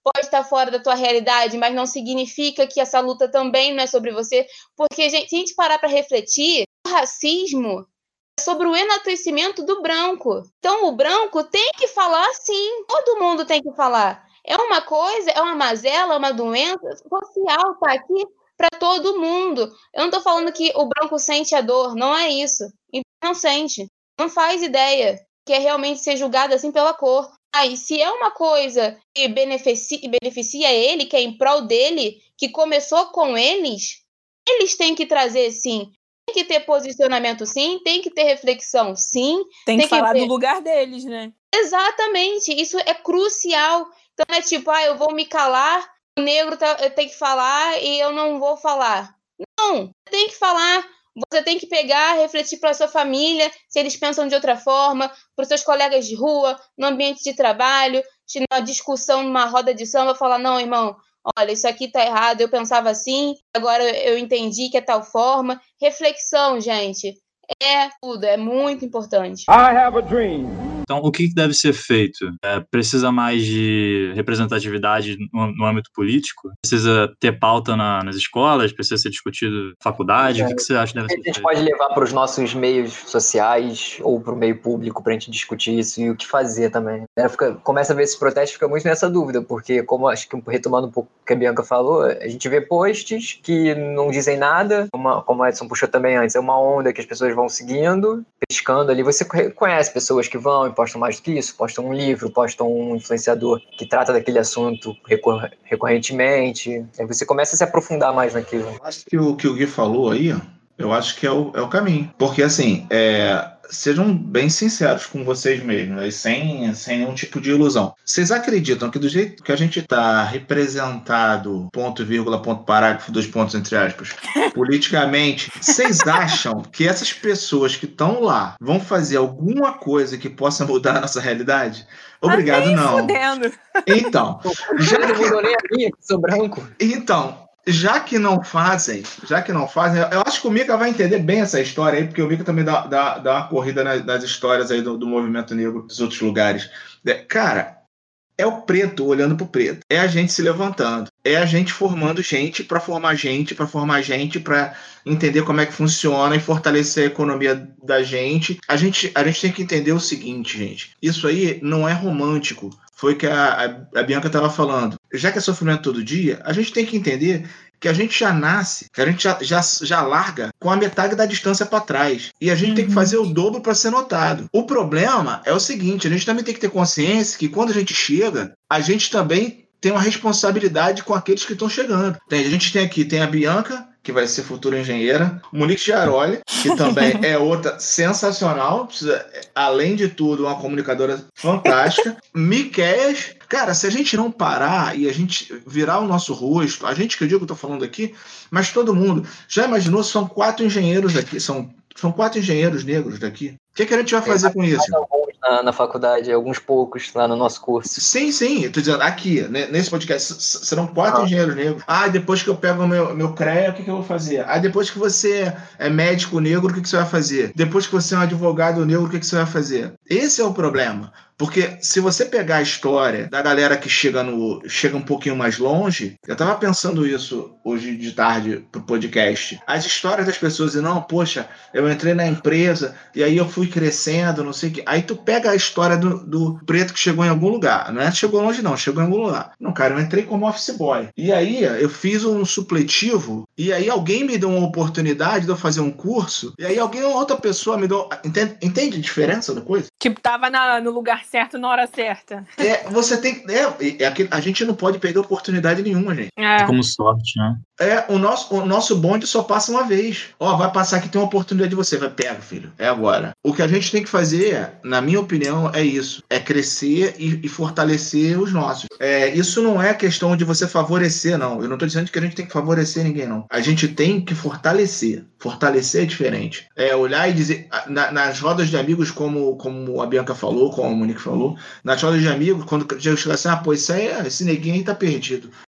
pode estar fora da tua realidade, mas não significa que essa luta também não é sobre você, porque gente, se a gente parar para refletir, o racismo é sobre o enaltecimento do branco. Então o branco tem que falar sim, todo mundo tem que falar. É uma coisa, é uma mazela, é uma doença social, tá aqui para todo mundo. Eu não tô falando que o branco sente a dor, não é isso. Não sente, não faz ideia que é realmente ser julgado assim pela cor. Aí, se é uma coisa que beneficia, beneficia ele, que é em prol dele, que começou com eles, eles têm que trazer sim. Tem que ter posicionamento sim, tem que ter reflexão sim. Tem que, tem que falar ver... do lugar deles, né? Exatamente, isso é crucial. Então não é tipo, ah, eu vou me calar, o negro tá, tem que falar e eu não vou falar. Não, tem que falar. Você tem que pegar, refletir para a sua família, se eles pensam de outra forma, para os seus colegas de rua, no ambiente de trabalho, numa discussão, numa roda de samba, falar, não, irmão, olha, isso aqui tá errado, eu pensava assim, agora eu entendi que é tal forma. Reflexão, gente, é tudo, é muito importante. I have a dream. Então, o que deve ser feito? É, precisa mais de representatividade no, no âmbito político? Precisa ter pauta na, nas escolas? Precisa ser discutido na faculdade? É, o que, que você acha que deve ser feito? A gente pode levar para os nossos meios sociais ou para o meio público para a gente discutir isso e o que fazer também. É, fica, começa a ver esse protesto, fica muito nessa dúvida, porque, como acho que retomando um pouco o que a Bianca falou, a gente vê posts que não dizem nada, uma, como a Edson puxou também antes, é uma onda que as pessoas vão seguindo, pescando ali. Você conhece pessoas que vão e postam mais do que isso, postam um livro, postam um influenciador que trata daquele assunto recor- recorrentemente, aí você começa a se aprofundar mais naquilo. Acho que o que o Gui falou aí, eu acho que é o, é o caminho, porque assim, é, sejam bem sinceros com vocês mesmos, né? sem, sem nenhum tipo de ilusão. Vocês acreditam que do jeito que a gente está representado, ponto, vírgula, ponto, parágrafo, dois pontos entre aspas, politicamente, vocês acham que essas pessoas que estão lá vão fazer alguma coisa que possa mudar a nossa realidade? Obrigado, ah, não. Fudendo. Então, já não mudou nem a minha, que sou branco. Então, já que não fazem, já que não fazem, eu acho que o Mika vai entender bem essa história aí, porque o Mika também dá, dá, dá uma corrida nas, nas histórias aí do, do movimento negro dos outros lugares. Cara, é o preto olhando pro preto, é a gente se levantando, é a gente formando gente para formar gente, para formar gente, para entender como é que funciona e fortalecer a economia da gente. A gente, a gente tem que entender o seguinte, gente, isso aí não é romântico. Foi o que a, a, a Bianca estava falando. Já que é sofrimento todo dia, a gente tem que entender que a gente já nasce, que a gente já, já, já larga com a metade da distância para trás. E a gente uhum. tem que fazer o dobro para ser notado. O problema é o seguinte, a gente também tem que ter consciência que quando a gente chega, a gente também tem uma responsabilidade com aqueles que estão chegando. Tem, a gente tem aqui, tem a Bianca, que vai ser futura engenheira, Monique Giaroli, que também é outra sensacional, precisa, além de tudo, uma comunicadora fantástica, Miqueias. Cara, se a gente não parar e a gente virar o nosso rosto, a gente que eu digo que eu tô falando aqui, mas todo mundo, já imaginou, são quatro engenheiros daqui, são, são quatro engenheiros negros daqui. O que, que a gente vai fazer com isso? Na, na faculdade, alguns poucos lá no nosso curso. Sim, sim, eu tô dizendo, aqui, né, nesse podcast, serão quatro ah. engenheiros negros. Ah, depois que eu pego o meu, meu C R E A, o que, que eu vou fazer? Ah, depois que você é médico negro, o que, que você vai fazer? Depois que você é um advogado negro, o que, que você vai fazer? Esse é o problema. Porque se você pegar a história da galera que chega, no, chega um pouquinho mais longe, eu tava pensando isso hoje de tarde pro podcast, as histórias das pessoas, e não, poxa, eu entrei na empresa e aí eu fui crescendo, não sei o que. Aí tu pega a história do, do preto que chegou em algum lugar. Não é chegou longe não, chegou em algum lugar. Não, cara, eu entrei como office boy. E aí eu fiz um supletivo e aí alguém me deu uma oportunidade de eu fazer um curso e aí alguém, outra pessoa me deu... Entende, entende a diferença da coisa? Tipo, tava na, no lugar certo na hora certa. É, você tem... É, é, a gente não pode perder oportunidade nenhuma, gente. É. Como sorte, né? É, o nosso, o nosso bonde só passa uma vez. Ó, vai passar aqui, tem uma oportunidade de você. Vai, pega, filho. É agora. O que a gente tem que fazer, na minha opinião, é isso. É crescer e, e fortalecer os nossos. É, isso não é questão de você favorecer, não. Eu não tô dizendo que a gente tem que favorecer ninguém, não. A gente tem que fortalecer. Fortalecer é diferente. É olhar e dizer... Na, nas rodas de amigos, como, como a Bianca falou, como a Monique falou, nas rodas de amigos, quando chega assim, ah, pô, isso aí, esse neguinho aí tá perdido.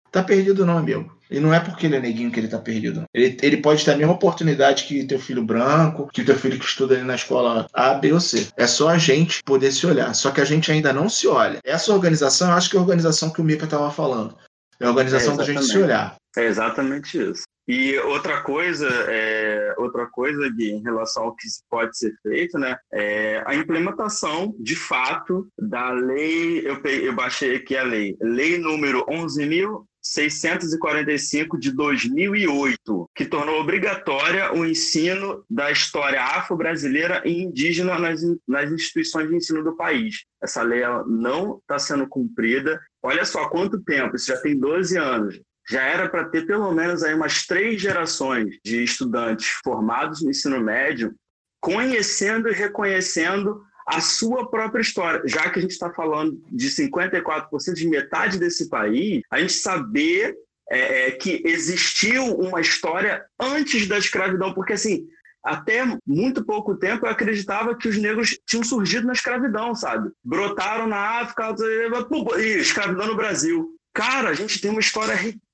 Tá perdido não, amigo. E não é porque ele é neguinho que ele tá perdido. Ele, ele pode ter a mesma oportunidade que teu filho branco, que teu filho que estuda ali na escola A, B ou C. É só a gente poder se olhar. Só que a gente ainda não se olha. Essa organização, eu acho que é a organização que o Mika tava falando. É a organização é da gente se olhar. É exatamente isso. E outra coisa, é, outra coisa, Gui, em relação ao que pode ser feito, né, é a implementação, de fato, da lei, eu, eu baixei aqui a lei, lei número onze mil seiscentos e quarenta e cinco de dois mil e oito, que tornou obrigatória o ensino da história afro-brasileira e indígena nas, nas instituições de ensino do país. Essa lei ela não está sendo cumprida. Olha só quanto tempo, isso já tem doze anos. Já era para ter pelo menos aí umas três gerações de estudantes formados no ensino médio conhecendo e reconhecendo a sua própria história. Já que a gente está falando de cinquenta e quatro por cento de metade desse país, a gente saber é, que existiu uma história antes da escravidão, porque assim, até muito pouco tempo eu acreditava que os negros tinham surgido na escravidão, sabe? Brotaram na África e escravidão no Brasil. Cara, a gente tem uma história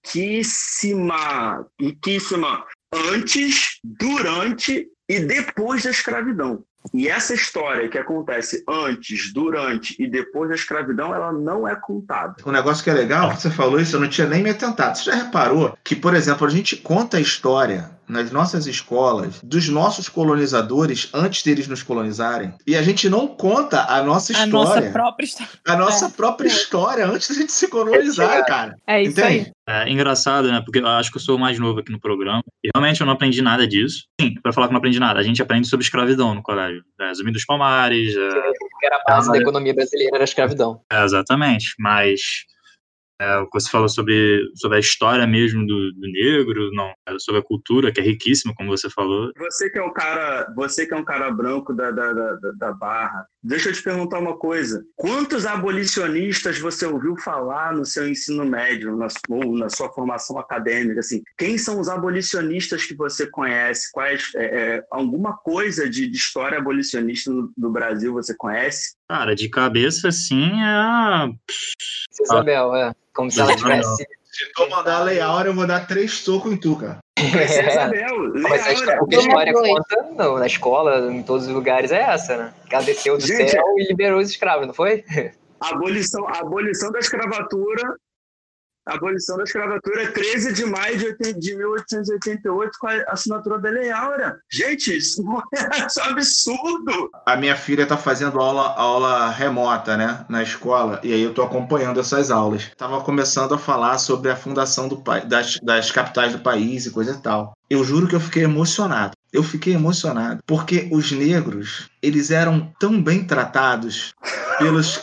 riquíssima, riquíssima, antes, durante e depois da escravidão. E essa história que acontece antes, durante e depois da escravidão, ela não é contada. Um negócio que é legal, você falou isso, eu não tinha nem me atentado. Você já reparou que, por exemplo, a gente conta a história nas nossas escolas dos nossos colonizadores antes deles nos colonizarem, e a gente não conta a nossa história. A nossa própria história. A nossa é. própria história antes da gente se colonizar, é, cara. É isso Entende? aí. É engraçado, né? Porque eu acho que eu sou o mais novo aqui no programa. E realmente eu não aprendi nada disso. Sim, pra falar que eu não aprendi nada. A gente aprende sobre escravidão no colégio. É, Zumbi dos Palmares. É... Que era a base é, da economia brasileira, era a escravidão. É, exatamente. Mas é, o que você falou sobre, sobre a história mesmo do, do negro, não, sobre a cultura, que é riquíssima, como você falou. Você que é um cara, você que é um cara branco da, da, da, da Barra, deixa eu te perguntar uma coisa. Quantos abolicionistas você ouviu falar no seu ensino médio, na, ou na sua formação acadêmica? Assim, quem são os abolicionistas que você conhece? Quais, é, é, alguma coisa de, de história abolicionista no, do Brasil você conhece? Cara, de cabeça, sim, é a... Isabel, é. Como se ela tivesse... Se tu mandar a Lei Áurea, eu vou dar três socos em tu, cara. É. Isabel, Mas a história, o que a história conta não, na escola, em todos os lugares, é essa, né? Ela desceu do Gente, céu e liberou os escravos, não foi? A abolição, a abolição da escravatura... A abolição da escravatura é treze de maio de mil oitocentos e oitenta e oito com a assinatura da Lei Áurea. Gente, isso é, isso é um absurdo. A minha filha tá fazendo aula, aula remota, né, na escola, e aí eu tô acompanhando essas aulas. Tava começando a falar sobre a fundação do, das, das capitais do país e coisa e tal. Eu juro que eu fiquei emocionado. Eu fiquei emocionado, porque os negros, eles eram tão bem tratados pelos...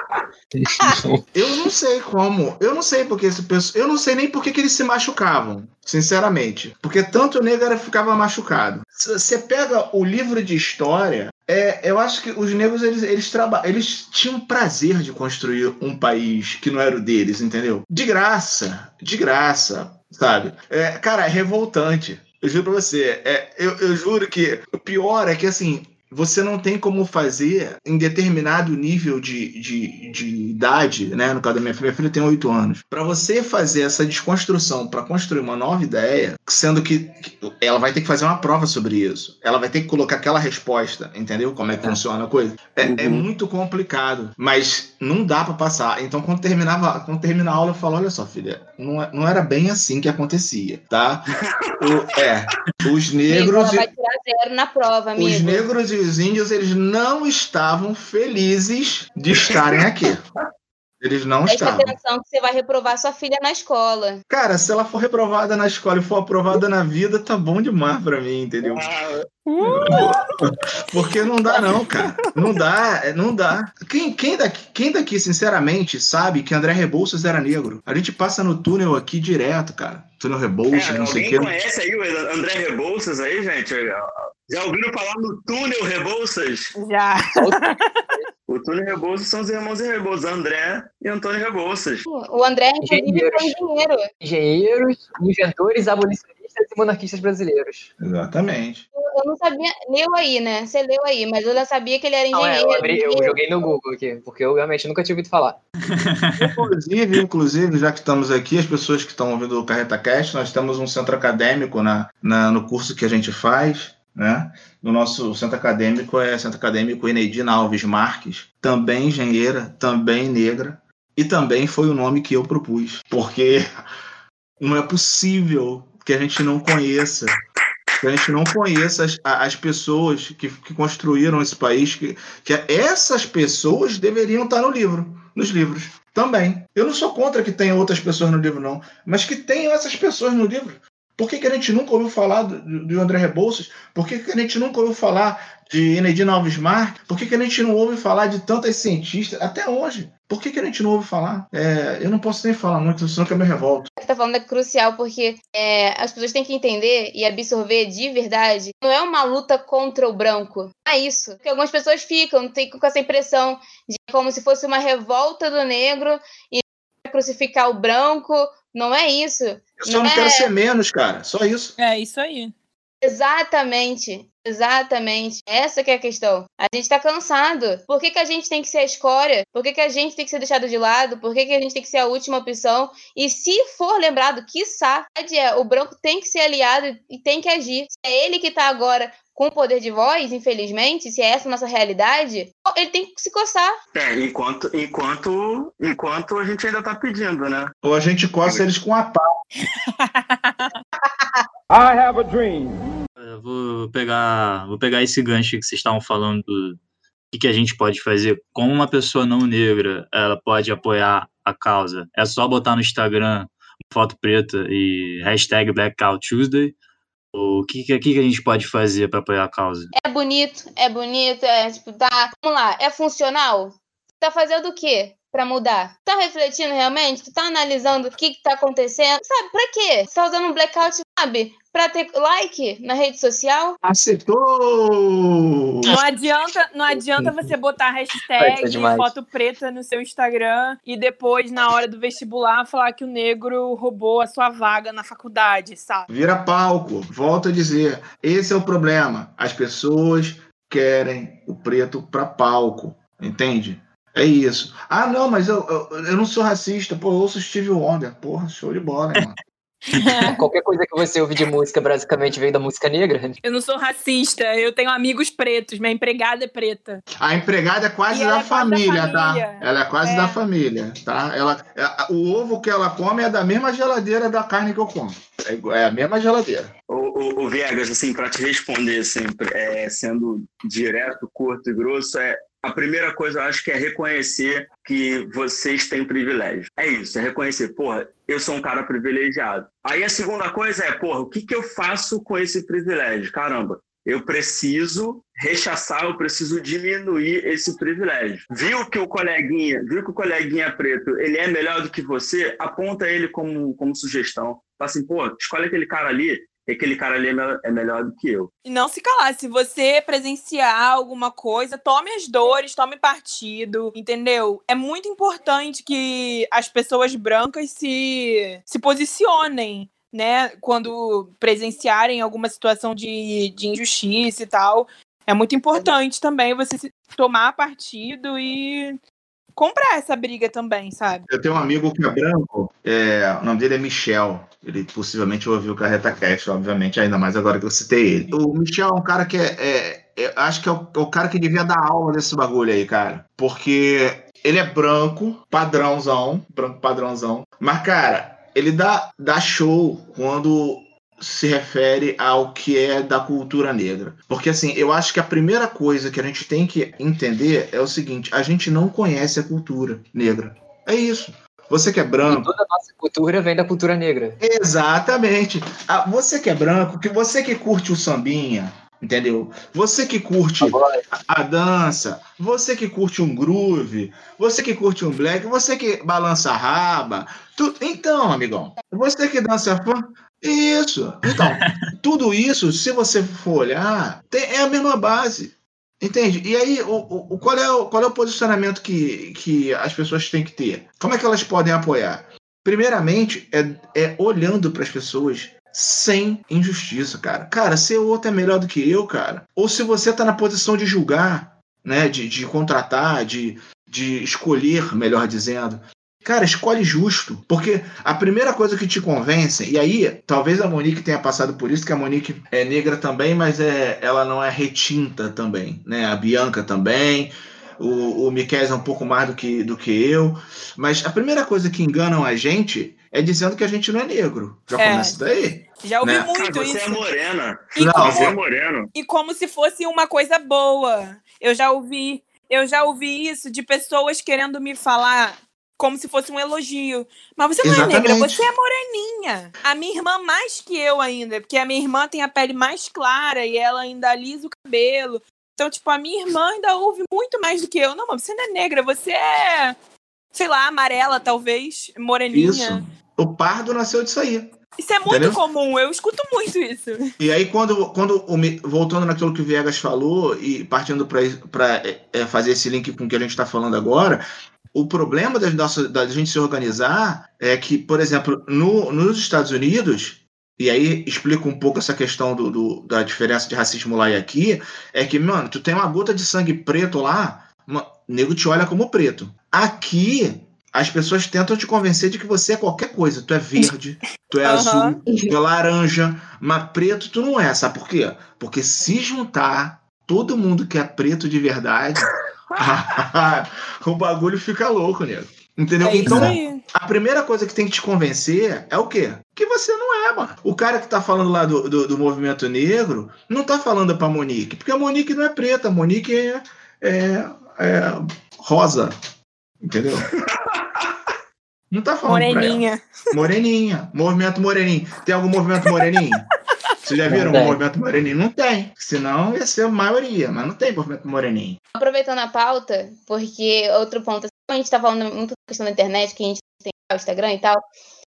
Eu não sei como, eu não sei porque esse pessoal, eu não sei nem por que eles se machucavam, sinceramente, porque tanto o negro ficava machucado. Se você pega o livro de história, é, eu acho que os negros eles, eles, traba, eles tinham prazer de construir um país que não era o deles, entendeu? De graça, de graça, sabe? É, cara, é revoltante. Eu juro pra você, é, eu, eu juro que o pior é que assim. Você não tem como fazer em determinado nível de, de, de idade, né? No caso da minha filha, minha filha tem oito anos. Para você fazer essa desconstrução, para construir uma nova ideia, sendo que ela vai ter que fazer uma prova sobre isso. Ela vai ter que colocar aquela resposta, entendeu? Como é que é. funciona a coisa. É, uhum. é muito complicado, mas não dá para passar. Então, quando terminava, quando termina a aula, eu falo, olha só, filha, não, não era bem assim que acontecia, tá? o, é, os negros... Ela vai tirar zero na prova, amigo. Os negros e os índios, eles não estavam felizes de estarem aqui. Eles não Presta estavam. Presta atenção que você vai reprovar sua filha na escola. Cara, se ela for reprovada na escola e for aprovada na vida, tá bom demais pra mim, entendeu? Porque não dá não, cara. Não dá, não dá. Quem, quem, daqui, quem daqui, sinceramente, sabe que André Rebouças era negro? A gente passa no túnel aqui direto, cara. Túnel Rebouças, é, não sei o que. Alguém conhece aí o André Rebouças aí, gente? Já ouviram falar no túnel Rebouças? Já. O Antônio Rebouças são os irmãos Rebouças, André e Antônio Rebouças. O André, inclusive, foi engenheiro. Engenheiros, inventores, abolicionistas e monarquistas brasileiros. Exatamente. Eu não sabia, leu aí, né? Você leu aí, mas eu não sabia que ele era Não, é, engenheiro. eu, abri, eu joguei no Google aqui, porque eu realmente nunca tinha ouvido falar. Inclusive, inclusive, já que estamos aqui, as pessoas que estão ouvindo o Carreta Cast, nós temos um centro acadêmico na, na, no curso que a gente faz, né? No nosso centro acadêmico é Centro Acadêmico Eneidina Alves Marques, também engenheira, também negra, e também foi o nome que eu propus, porque não é possível que a gente não conheça que a gente não conheça as, as pessoas que, que construíram esse país, que, que essas pessoas deveriam estar no livro, nos livros também. Eu não sou contra que tenha outras pessoas no livro, não, mas que tenham essas pessoas no livro. Por que, que a gente nunca ouviu falar do, do André Rebouças? Por que, que a gente nunca ouviu falar de Eneidina Alves Marques? Por que, que a gente não ouve falar de tantas cientistas até hoje? Por que, que a gente não ouve falar? É, eu não posso nem falar muito, senão que eu me revolto. Você está falando é crucial, porque é, as pessoas têm que entender e absorver de verdade. Não é uma luta contra o branco. Não é isso. Porque algumas pessoas ficam, ficam com essa impressão de como se fosse uma revolta do negro e crucificar o branco. Não é isso. Eu só não não é... quero ser menos, cara. Só isso. É isso aí. Exatamente, exatamente. Essa que é a questão. A gente tá cansado. Por que, que a gente tem que ser a escória? Por que, que a gente tem que ser deixado de lado? Por que, que a gente tem que ser a última opção? E se for lembrado, quiçá, é, o branco tem que ser aliado e tem que agir. Se é ele que tá agora com poder de voz, infelizmente, se é essa a nossa realidade, ele tem que se coçar. É, enquanto, enquanto, enquanto a gente ainda tá pedindo, né? Ou a gente coça eles com a pá. I have a dream. Eu vou pegar, vou pegar esse gancho que vocês estavam falando do que, que a gente pode fazer. Como uma pessoa não negra, ela pode apoiar a causa. É só botar no Instagram foto preta e hashtag Blackout Tuesday. O que, que, que a gente pode fazer para apoiar a causa? É bonito, é bonito, é tipo, tá. Vamos lá, é funcional? Tá fazendo o quê pra mudar? Tá refletindo realmente? Tu tá analisando o que que tá acontecendo? Sabe, pra quê? Você tá usando um blackout, sabe? Pra ter like na rede social? Acertou! Não adianta, não adianta você botar hashtag foto preta no seu Instagram e depois, na hora do vestibular, falar que o negro roubou a sua vaga na faculdade, sabe? Vira palco. Volto a dizer, esse é o problema. As pessoas querem o preto pra palco, entende? É isso. Ah, não, mas eu, eu, eu não sou racista. Pô, eu ouço Stevie Wonder. Porra, show de bola, hein, mano. Qualquer coisa que você ouve de música basicamente veio da música negra. Eu não sou racista, eu tenho amigos pretos, minha empregada é preta. A empregada é quase, da, ela é família, quase da família, tá? Ela é quase é. da família, tá? Ela, é, o ovo que ela come é da mesma geladeira da carne que eu como. É, igual- é a mesma geladeira. O, o, o Viegas, assim, para te responder sempre, é, sendo direto, curto e grosso, é a primeira coisa, eu acho que é reconhecer que vocês têm privilégio. É isso, é reconhecer, porra, eu sou um cara privilegiado. Aí a segunda coisa é, porra, o que, que eu faço com esse privilégio? Caramba, eu preciso rechaçar, eu preciso diminuir esse privilégio. Viu que o coleguinha, viu que o coleguinha preto, ele é melhor do que você, aponta ele como, como sugestão. Fala assim, pô, escolhe aquele cara ali, que aquele cara ali é melhor, é melhor do que eu. E não se calar, se você presenciar alguma coisa, tome as dores, tome partido, entendeu? É muito importante que as pessoas brancas se, se posicionem, né? Quando presenciarem alguma situação de, de injustiça e tal. É muito importante também você se tomar partido e comprar essa briga também, sabe? Eu tenho um amigo que é branco, é, o nome dele é Michel. Ele possivelmente ouviu o Carreta Cast, obviamente, ainda mais agora que eu citei ele. O Michel é um cara que é. é- é- acho que é o, é o cara que devia dar aula desse bagulho aí, cara. Porque ele é branco, padrãozão, branco padrãozão. Mas, cara, ele dá, dá show quando se refere ao que é da cultura negra. Porque, assim, eu acho que a primeira coisa que a gente tem que entender é o seguinte: a gente não conhece a cultura negra. É isso. Você que é E branco. toda a nossa cultura vem da cultura negra. Exatamente. Ah, você que é branco, que você que curte o sambinha, entendeu? Você que curte Agora, a, a dança, você que curte um groove, você que curte um black, você que balança a raba. Tu... Então, amigão, você que dança funk. Isso. Então, tudo isso, se você for olhar, tem- é a mesma base. Entende? E aí, o, o, qual, é o, qual é o posicionamento que, que as pessoas têm que ter? Como é que elas podem apoiar? Primeiramente, é, é olhando para as pessoas sem injustiça, cara. Cara, se o outro é melhor do que eu, cara, ou se você está na posição de julgar, né, de, de contratar, de, de escolher, melhor dizendo, cara, escolhe justo, porque a primeira coisa que te convence, e aí talvez a Monique tenha passado por isso, que a Monique é negra também, mas é, ela não é retinta também, né? A Bianca também, o, o Miquel é um pouco mais do que, do que eu, mas a primeira coisa que enganam a gente é dizendo que a gente não é negro. Já É. começa daí. Já ouvi né? muito Cara, você isso. é morena. E Não, como, Você é moreno. e como se fosse uma coisa boa. Eu já ouvi, eu já ouvi isso de pessoas querendo me falar como se fosse um elogio. Mas você não Exatamente. é negra, você é moreninha. A minha irmã mais que eu ainda, porque a minha irmã tem a pele mais clara e ela ainda alisa o cabelo. Então, tipo, a minha irmã ainda ouve muito mais do que eu. Não, mas você não é negra, você é, sei lá, amarela, talvez, moreninha. Isso. O pardo nasceu disso aí. Isso é muito Entendeu? comum, eu escuto muito isso. E aí, quando, quando o, voltando naquilo que o Viegas falou e partindo para é, fazer esse link com o que a gente está falando agora, o problema da, nossa, da gente se organizar é que, por exemplo, no, nos Estados Unidos, e aí explica um pouco essa questão do, do, da diferença de racismo lá e aqui, é que, mano, tu tem uma gota de sangue preto lá, o nego te olha como preto. Aqui, as pessoas tentam te convencer de que você é qualquer coisa. Tu é verde, tu é Uhum. azul, tu é laranja, mas preto tu não é. Sabe por quê? Porque se juntar todo mundo que é preto de verdade, o bagulho fica louco, nego. Entendeu? É então, isso aí. a primeira coisa que tem que te convencer é o quê? Que você não é, mano. O cara que tá falando lá do, do, do movimento negro não tá falando pra Monique, porque a Monique não é preta, a Monique é, é, é rosa. Entendeu? Não tá falando Moreninha. pra ela. Moreninha. Movimento moreninho. Tem algum movimento moreninho? Vocês já viram um movimento moreninho? Não tem. Senão ia ser a maioria, mas não tem movimento moreninho. Aproveitando a pauta, porque outro ponto, assim, a gente tá falando muito da questão da internet, que a gente tem o Instagram e tal,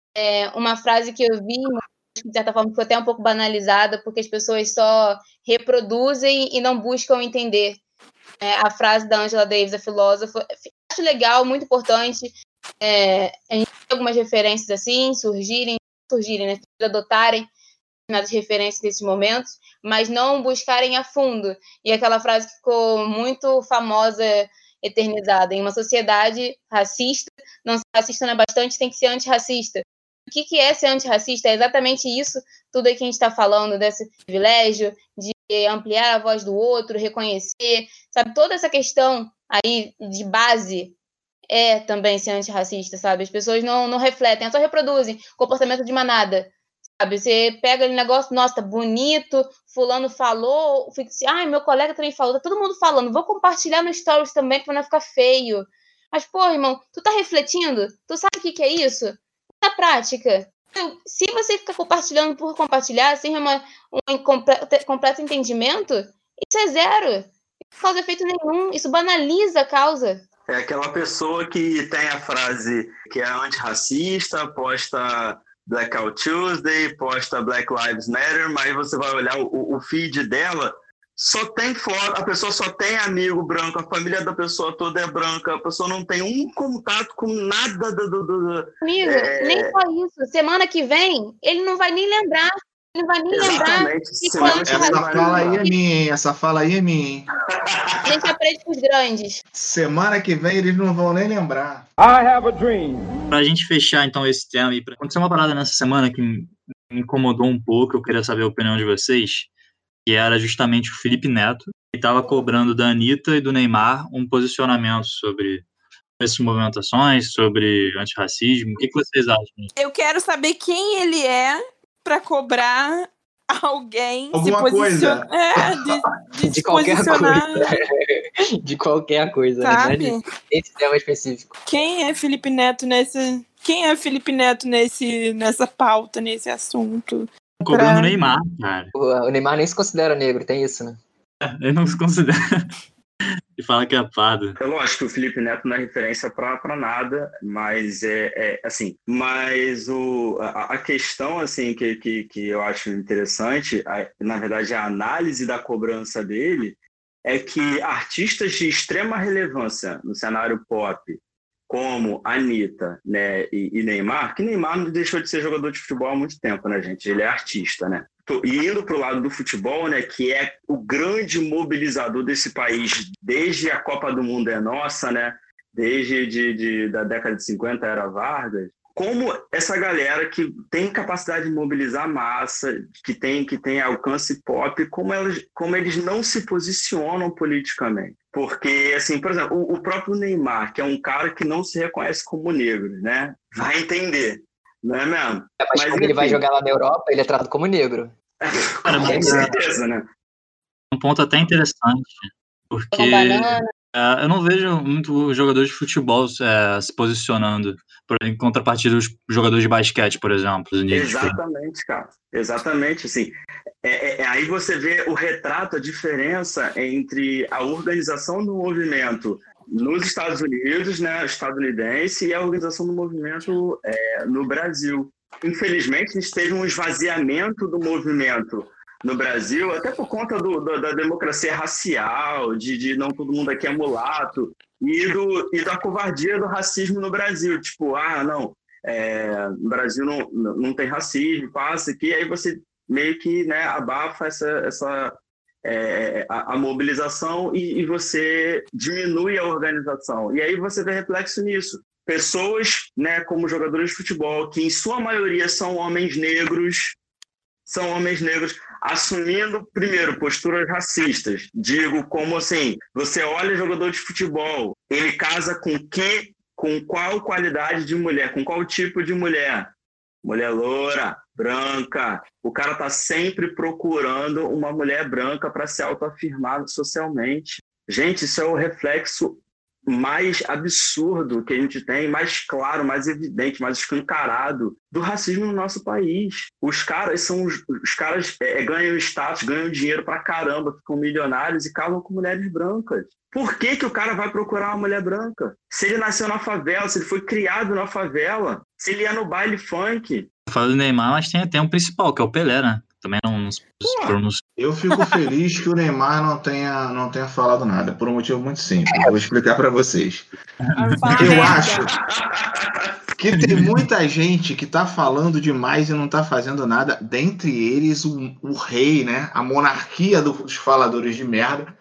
é uma frase que eu vi, de certa forma, foi até um pouco banalizada, porque as pessoas só reproduzem e não buscam entender. É, a frase da Angela Davis, a filósofa, acho legal, muito importante. É, a gente tem algumas referências assim, surgirem, surgirem, né, adotarem determinadas referências nesses momentos, mas não buscarem a fundo. E aquela frase que ficou muito famosa, eternizada, em uma sociedade racista, não ser racista não é bastante, tem que ser antirracista. O que, que é ser antirracista? É exatamente isso, tudo aí que a gente está falando, desse privilégio, de ampliar a voz do outro, reconhecer, sabe, toda essa questão aí de base é também ser antirracista, sabe? As pessoas não, não refletem, só reproduzem comportamento de manada, sabe? Você pega aquele negócio, nossa, tá bonito, fulano falou, fica assim, ai, meu colega também falou, tá todo mundo falando, vou compartilhar no stories também pra não ficar feio. Mas, pô, irmão, tu tá refletindo? Tu sabe o que que é isso? Na prática, se você ficar compartilhando por compartilhar, sem uma, um completo, completo entendimento, isso é zero. Não causa efeito nenhum. Isso banaliza a causa. É aquela pessoa que tem a frase que é antirracista, posta Blackout Tuesday, posta Black Lives Matter, mas você vai olhar o, o feed dela, só tem foto, a pessoa só tem amigo branco, a família da pessoa toda é branca, a pessoa não tem um contato com nada do... do, do Amigo, é... nem só isso. Semana que vem, ele não vai nem lembrar. Ele não vai nem lembrar. Essa fala aí é minha, hein? Essa fala aí é minha, hein? A gente aprende com os grandes. Semana que vem eles não vão nem lembrar. I have a dream. Pra gente fechar, então, esse tema aí, aconteceu uma parada nessa semana que me incomodou um pouco, eu queria saber a opinião de vocês, que era justamente o Felipe Neto, que estava cobrando da Anitta e do Neymar um posicionamento sobre essas movimentações, sobre antirracismo. O que, que vocês acham? Eu quero saber quem ele é para cobrar alguém Alguma se posicionar. coisa. É, de, de, De se qualquer posicionar. coisa. De qualquer coisa, Sabe? né? Esse tema específico. Quem é Felipe Neto nesse. Quem é Felipe Neto nesse, nessa pauta, nesse assunto? Cobrando o Pra- Neymar, cara. O Neymar nem se considera negro, tem isso, né? Ele não se considera. E fala que é pardo. É lógico que o Felipe Neto não é referência para nada, mas é, é assim. Mas o, a, a questão assim que, que, que eu acho interessante, a, na verdade, a análise da cobrança dele é que artistas de extrema relevância no cenário pop, como Anitta, né, e, e Neymar, que Neymar não deixou de ser jogador de futebol há muito tempo, né, gente? Ele é artista, né? E indo para o lado do futebol, né, que é o grande mobilizador desse país desde a Copa do Mundo é Nossa, né, desde de, de, da década de cinquenta, era Vargas, como essa galera que tem capacidade de mobilizar massa, que tem, que tem alcance pop, como eles, como eles não se posicionam politicamente. Porque, assim, por exemplo, o, o próprio Neymar, que é um cara que não se reconhece como negro, né, vai entender. Não é mesmo? É, mas, mas quando enfim, ele vai jogar lá na Europa, ele é tratado como negro. Cara, com certeza, né? Um ponto até interessante, porque uh, eu não vejo muito jogadores de futebol uh, se posicionando por, em contrapartida dos jogadores de basquete, por exemplo. Exatamente, cara. Exatamente, assim. É, é, aí você vê o retrato, a diferença entre a organização do movimento nos Estados Unidos, né, estadunidense, e a organização do movimento é, no Brasil. Infelizmente, a gente teve um esvaziamento do movimento no Brasil, até por conta do, do, da democracia racial, de, de não todo mundo aqui é mulato, e, do, e da covardia do racismo no Brasil. Tipo, ah, não, é, no Brasil não, não tem racismo, passa aqui, aí você meio que, né, abafa essa... essa É, a, a mobilização e, e você diminui a organização. E aí você vê reflexo nisso. Pessoas, né, como jogadores de futebol, que em sua maioria são homens negros, são homens negros assumindo, primeiro, posturas racistas. Digo, como assim, você olha jogador de futebol, ele casa com que, com qual qualidade de mulher, com qual tipo de mulher? Mulher loura, branca. O cara tá sempre procurando uma mulher branca para se autoafirmar socialmente. Gente, isso é o reflexo mais absurdo que a gente tem, mais claro, mais evidente, mais escancarado do racismo no nosso país. Os caras são os, os caras é, ganham status, ganham dinheiro pra caramba, ficam milionários e casam com mulheres brancas. Por que que o cara vai procurar uma mulher branca? Se ele nasceu na favela, se ele foi criado na favela, se ele ia no baile funk. Eu falo do Neymar, mas tem até um principal, que é o Pelé, né? Também não, não se pronuncia. Eu fico feliz que o Neymar não tenha, não tenha falado nada, por um motivo muito simples. Eu vou explicar para vocês. Eu acho que tem muita gente que tá falando demais e não tá fazendo nada, dentre eles o, o rei, né? A monarquia dos faladores de merda.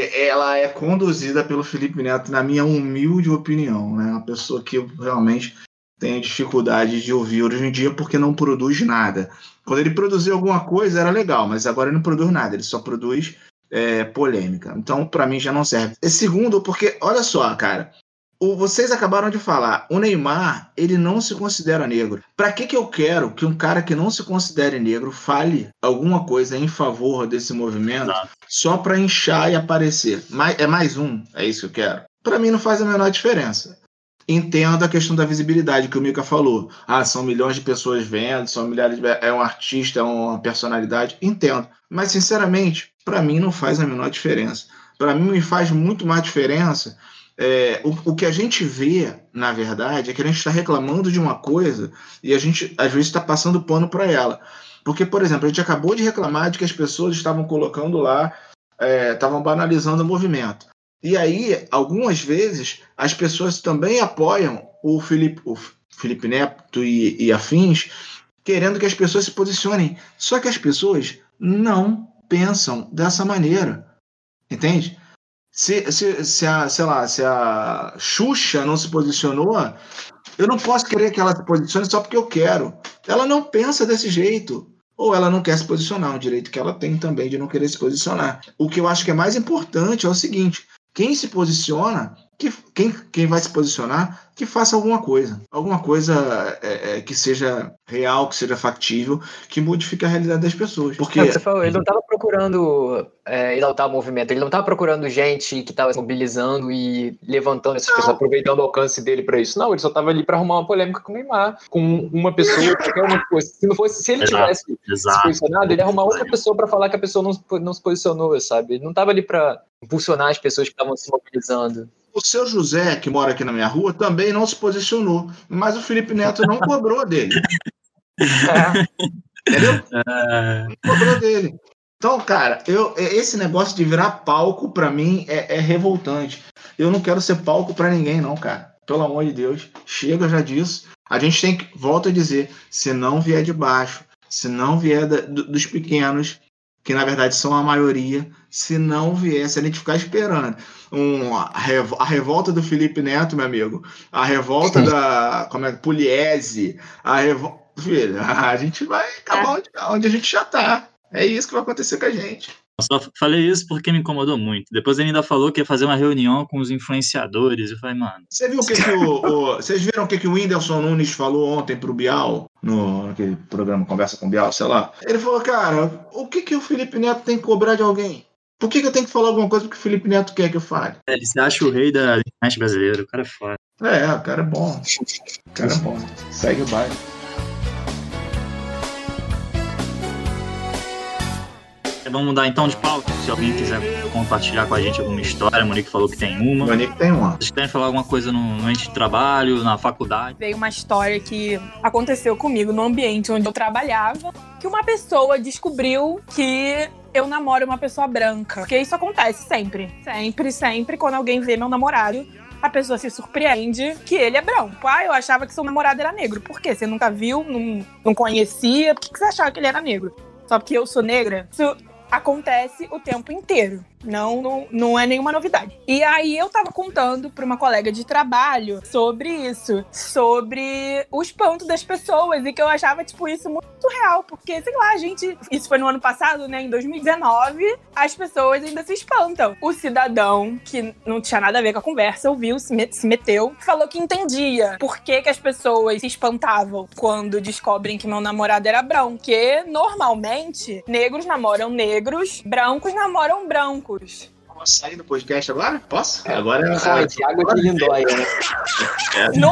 Ela é conduzida pelo Felipe Neto, na minha humilde opinião, né? Uma pessoa que eu realmente tenho dificuldade de ouvir hoje em dia porque não produz nada. Quando ele produziu alguma coisa era legal, mas agora ele não produz nada, ele só produz é, polêmica. Então, para mim, já não serve. E segundo, porque, olha só, cara, o, vocês acabaram de falar, o Neymar, ele não se considera negro. Para que que eu quero que um cara que não se considere negro fale alguma coisa em favor desse movimento Exato. Só para inchar e aparecer? É mais um, é isso que eu quero. Para mim não faz a menor diferença. Entendo a questão da visibilidade que o Mika falou. Ah, são milhões de pessoas vendo, são milhares de... é um artista, é uma personalidade. Entendo. Mas, sinceramente, para mim não faz a menor diferença. Para mim me faz muito mais diferença. É, o, o que a gente vê, na verdade, é que a gente está reclamando de uma coisa e a gente, às vezes, está passando pano para ela. Porque, por exemplo, a gente acabou de reclamar de que as pessoas estavam colocando lá, é, estavam banalizando o movimento. E aí, algumas vezes, as pessoas também apoiam o Felipe, o Felipe Neto e, e afins, querendo que as pessoas se posicionem. Só que as pessoas não pensam dessa maneira. Entende? Se, se, se, a, sei lá, se a Xuxa não se posicionou, eu não posso querer que ela se posicione só porque eu quero. Ela não pensa desse jeito. Ou ela não quer se posicionar, um direito que ela tem também de não querer se posicionar. O que eu acho que é mais importante é o seguinte: quem se posiciona, que, quem, quem vai se posicionar, que faça alguma coisa. Alguma coisa é, é, que seja real, que seja factível, que modifique a realidade das pessoas. Porque... Você falou, ele não estava procurando é, exaltar o movimento, ele não estava procurando gente que estava se mobilizando e levantando essas não. pessoas, aproveitando o alcance dele para isso. Não, ele só estava ali para arrumar uma polêmica com o Neymar, com uma pessoa que realmente fosse. Se não fosse, se ele exato, tivesse exato. se posicionado, ele ia arrumar outra pessoa para falar que a pessoa não, não se posicionou, sabe? Ele não estava ali para impulsionar as pessoas que estavam se mobilizando. O seu José, que mora aqui na minha rua, também não se posicionou, mas o Felipe Neto não cobrou dele. É. Entendeu? É. Não cobrou dele. Então, cara, eu, esse negócio de virar palco, pra mim, é, é revoltante. Eu não quero ser palco pra ninguém, não, cara. Pelo amor de Deus. Chega já disso. A gente tem que, volto a dizer, se não vier de baixo, se não vier da, do, dos pequenos, que na verdade são a maioria, se não vier, se a gente ficar esperando um, a, revo, a revolta do Felipe Neto, meu amigo, a revolta da como é, Pugliese, a revolta... Filho, a gente vai acabar onde, onde a gente já tá. É isso que vai acontecer com a gente. Eu só falei isso porque me incomodou muito. Depois ele ainda falou que ia fazer uma reunião com os influenciadores. Eu falei, mano... Você viu o que, que o, o... Vocês viram o que, que o Whindersson Nunes falou ontem pro Bial? No, naquele programa Conversa com o Bial, sei lá. Ele falou, cara, o que, que o Felipe Neto tem que cobrar de alguém? Por que, que eu tenho que falar alguma coisa porque o Felipe Neto quer que eu fale? É, ele se acha o rei da internet brasileira. O cara é foda. É, o cara é bom. O cara é bom. Segue o baile. Vamos mudar então de pauta. Se alguém quiser compartilhar com a gente alguma história, a Monique falou que tem uma. Monique tem uma. Vocês querem falar alguma coisa no ambiente de trabalho, na faculdade? Veio uma história que aconteceu comigo no ambiente onde eu trabalhava, que uma pessoa descobriu que eu namoro uma pessoa branca. Porque isso acontece sempre. Sempre, sempre, quando alguém vê meu namorado, a pessoa se surpreende que ele é branco. Ah, eu achava que seu namorado era negro. Por quê? Você nunca viu, não, não conhecia? Por que você achava que ele era negro? Só porque eu sou negra? Isso acontece o tempo inteiro. Não, não, não é nenhuma novidade. E aí eu tava contando pra uma colega de trabalho sobre isso, sobre o espanto das pessoas, e que eu achava, tipo, isso muito real, porque, sei lá, a gente... Isso foi no ano passado, né, em dois mil e dezenove, as pessoas ainda se espantam. O cidadão, que não tinha nada a ver com a conversa, ouviu, se, met- se meteu, falou que entendia por que que as pessoas se espantavam quando descobrem que meu namorado era branco, porque, normalmente, negros namoram negros, brancos namoram brancos. Posso sair do podcast agora? Posso? É, agora é... Fonte, água de Lindóia, né? No,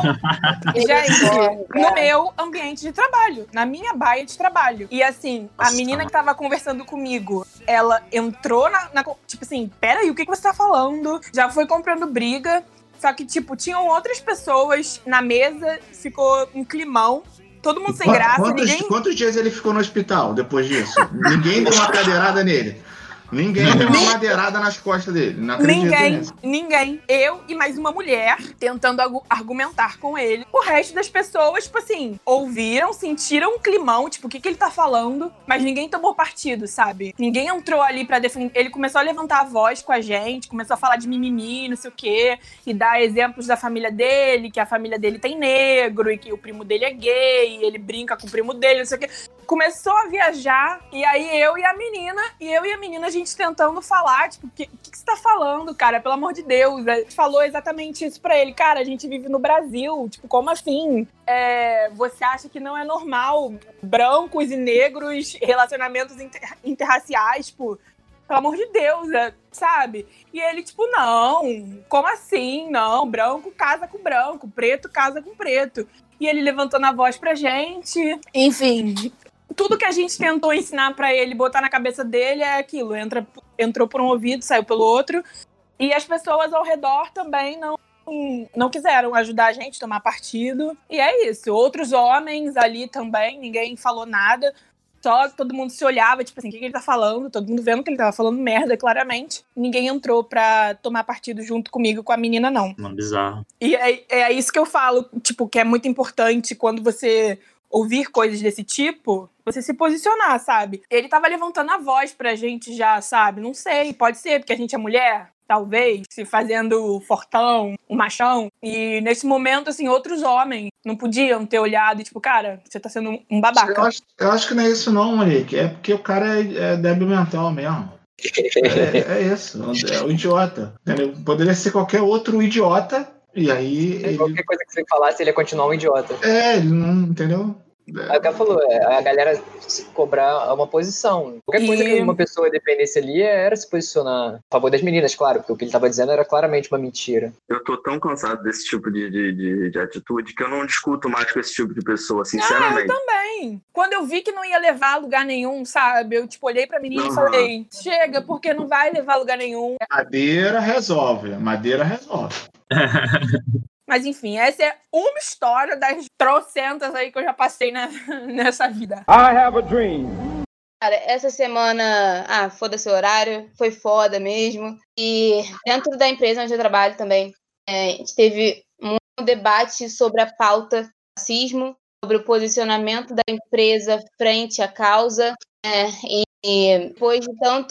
gente, no meu ambiente de trabalho, na minha baia de trabalho. E assim, a menina que tava conversando comigo, ela entrou na, na tipo assim, peraí, o que, que você tá falando? Já foi comprando briga. Só que, tipo, tinham outras pessoas na mesa, ficou um climão. Todo mundo sem graça, quantos, ninguém... Quantos dias ele ficou no hospital depois disso? Ninguém deu uma cadeirada nele. Ninguém deu uma madeirada nas costas dele. Não acredito Ninguém, nisso. ninguém. Eu e mais uma mulher tentando agu- argumentar com ele. O resto das pessoas, tipo assim, ouviram, sentiram um climão, tipo, o que, que ele tá falando, mas ninguém tomou partido, sabe? Ninguém entrou ali pra defender. Ele começou a levantar a voz com a gente, começou a falar de mimimi, não sei o quê, e dar exemplos da família dele, que a família dele tem negro, e que o primo dele é gay, e ele brinca com o primo dele, não sei o quê. Começou a viajar, e aí eu e a menina, e eu e a menina, a gente tentando falar, tipo, o que, que, que você tá falando, cara? Pelo amor de Deus. A gente falou exatamente isso pra ele. Cara, a gente vive no Brasil, tipo, como assim? É, você acha que não é normal brancos e negros, relacionamentos inter, interraciais, tipo, pelo amor de Deus, é, sabe? E ele, tipo, não, como assim? Não, branco casa com branco, preto casa com preto. E ele levantando a voz pra gente, enfim... Tudo que a gente tentou ensinar pra ele, botar na cabeça dele é aquilo. Entra, entrou por um ouvido, saiu pelo outro. E as pessoas ao redor também não, não quiseram ajudar a gente a tomar partido. E é isso. Outros homens ali também, ninguém falou nada. Só todo mundo se olhava, tipo assim, o que, que ele tá falando? Todo mundo vendo que ele tava falando merda, claramente. Ninguém entrou pra tomar partido junto comigo, com a menina, não. Mano, bizarro. E é, é isso que eu falo, tipo, que é muito importante quando você... ouvir coisas desse tipo, você se posicionar, sabe? Ele tava levantando a voz pra gente já, sabe? Não sei, pode ser, porque a gente é mulher, talvez, se fazendo fortão, um machão. E nesse momento, assim, outros homens não podiam ter olhado e tipo, cara, você tá sendo um babaca. Eu acho, eu acho que não é isso não, Monique. É porque o cara é, é débil mental mesmo. É, é isso, é o idiota. Entendeu? Poderia ser qualquer outro idiota. E aí. Ele... Qualquer coisa que você falasse, ele ia continuar um idiota. É, ele não. Entendeu? É o que ela falou, a galera se cobrar uma posição. Qualquer coisa E- que uma pessoa defendesse ali era se posicionar a favor das meninas, claro, porque o que ele estava dizendo era claramente uma mentira. Eu tô tão cansado desse tipo de, de, de, de atitude que eu não discuto mais com esse tipo de pessoa, Ah, eu sinceramente. também. Quando eu vi que não ia levar a lugar nenhum, sabe? Eu, tipo, olhei pra menina e Uhum. falei, chega, porque não vai levar a lugar nenhum. Madeira resolve. Madeira resolve. Mas, enfim, essa é uma história das trocentas aí que eu já passei na- nessa vida. I have a dream Cara, essa semana, ah, foda-se o horário, foi foda mesmo. E dentro da empresa onde eu trabalho também, é, a gente teve um debate sobre a pauta racismo, sobre o posicionamento da empresa frente à causa. É, e, e depois de tanto...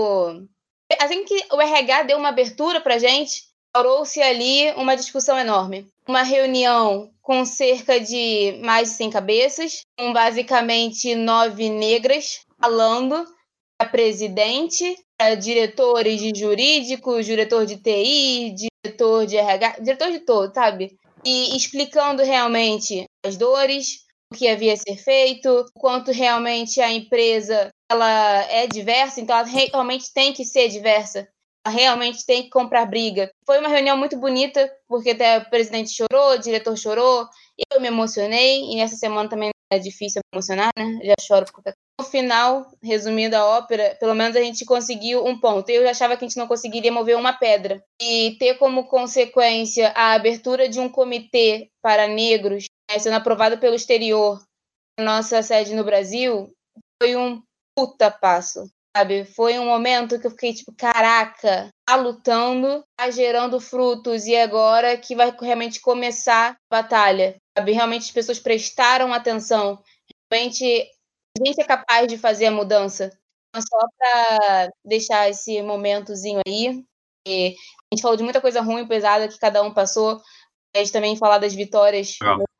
Assim que o R H deu uma abertura pra gente, instaurou-se ali uma discussão enorme. Uma reunião com cerca de mais de cem cabeças, com basicamente nove negras, falando para presidente, para diretores de jurídicos, diretor de T I, diretor de R H, diretor de todo, sabe? E explicando realmente as dores, o que havia a ser feito, o quanto realmente a empresa ela é diversa, então ela realmente tem que ser diversa. Realmente tem que comprar briga. Foi uma reunião muito bonita, porque até o presidente chorou, o diretor chorou, eu me emocionei, e essa semana também é difícil me emocionar, né? Já choro por qualquer coisa. No final, resumindo a ópera, pelo menos a gente conseguiu um ponto. Eu já achava que a gente não conseguiria mover uma pedra. E ter como consequência a abertura de um comitê para negros, né, sendo aprovado pelo exterior, na nossa sede no Brasil, foi um puta passo. Sabe? Foi um momento que eu fiquei tipo, caraca, tá lutando, tá gerando frutos, e agora que vai realmente começar a batalha. Sabe? Realmente as pessoas prestaram atenção. Realmente a gente é capaz de fazer a mudança. Então, só pra deixar esse momentozinho aí. E a gente falou de muita coisa ruim, pesada que cada um passou. A gente também falar das vitórias,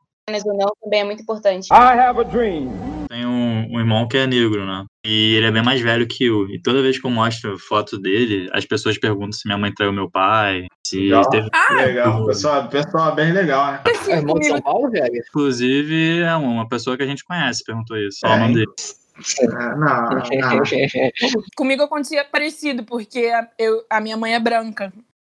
ou não, também é muito importante. I have a dream. Tem um, um irmão que é negro, né? E ele é bem mais velho que eu. E toda vez que eu mostro foto dele, as pessoas perguntam se minha mãe traiu meu pai, se Legal. teve... Ah, Legal, pessoal, pessoal bem legal, né? É irmão de São Paulo, velho? Inclusive, é uma pessoa que a gente conhece, perguntou isso. Só o É, nome dele. Ah, não, não. Comigo acontecia parecido, porque eu, a minha mãe é branca.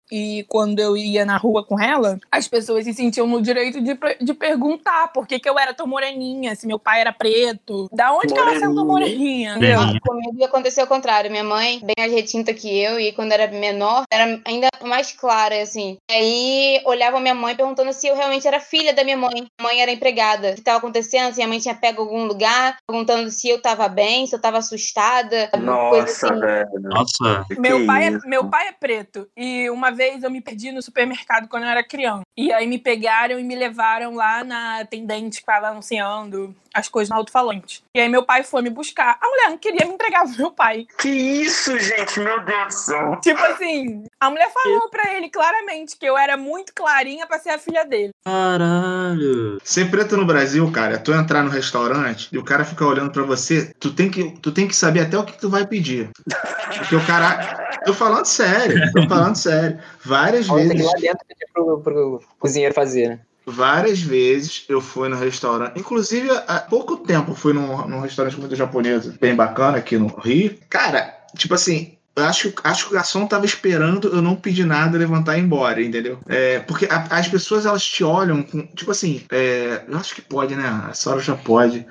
E quando eu ia na rua com ela, as pessoas se sentiam no direito de, de perguntar por que, que eu era tão moreninha, se meu pai era preto. Da onde que ela saiu tão moreninha? Entendeu? Moreninha. Comigo aconteceu ao contrário. Minha mãe, bem mais retinta que eu, e quando era menor, era ainda mais clara, assim. Aí olhava minha mãe perguntando se eu realmente era filha da minha mãe. Minha mãe era empregada. O que estava acontecendo? Se minha mãe tinha pego algum lugar, perguntando se eu tava bem, se eu tava assustada. Coisa Nossa, assim. velho. Nossa, Meu Que pai, é, isso? meu pai é preto. E uma vez eu me perdi no supermercado quando eu era criança. E aí me pegaram e me levaram lá na atendente que estava anunciando as coisas no alto-falante. E aí meu pai foi me buscar. A mulher não queria me entregar pro meu pai. Que isso, gente? Meu Deus do céu. Tipo assim, a mulher falou pra ele claramente que eu era muito clarinha pra ser a filha dele. caralho. Ser preto no Brasil, cara, é tu entrar no restaurante e o cara fica olhando pra você, tu tem que, tu tem que saber até o que tu vai pedir. Porque o cara... Tô falando sério, tô falando sério. Várias Tem que ir vezes... lá dentro pedir pro, pro cozinheiro fazer, né? Várias vezes eu fui no restaurante, inclusive há pouco tempo fui num, num restaurante com comida japonesa, bem bacana aqui no Rio. Cara, tipo assim, eu acho, acho que o garçom tava esperando eu não pedir nada, levantar e ir embora, entendeu? É, porque a, as pessoas, elas te olham com, tipo assim, é, eu acho que pode, né? A senhora já pode.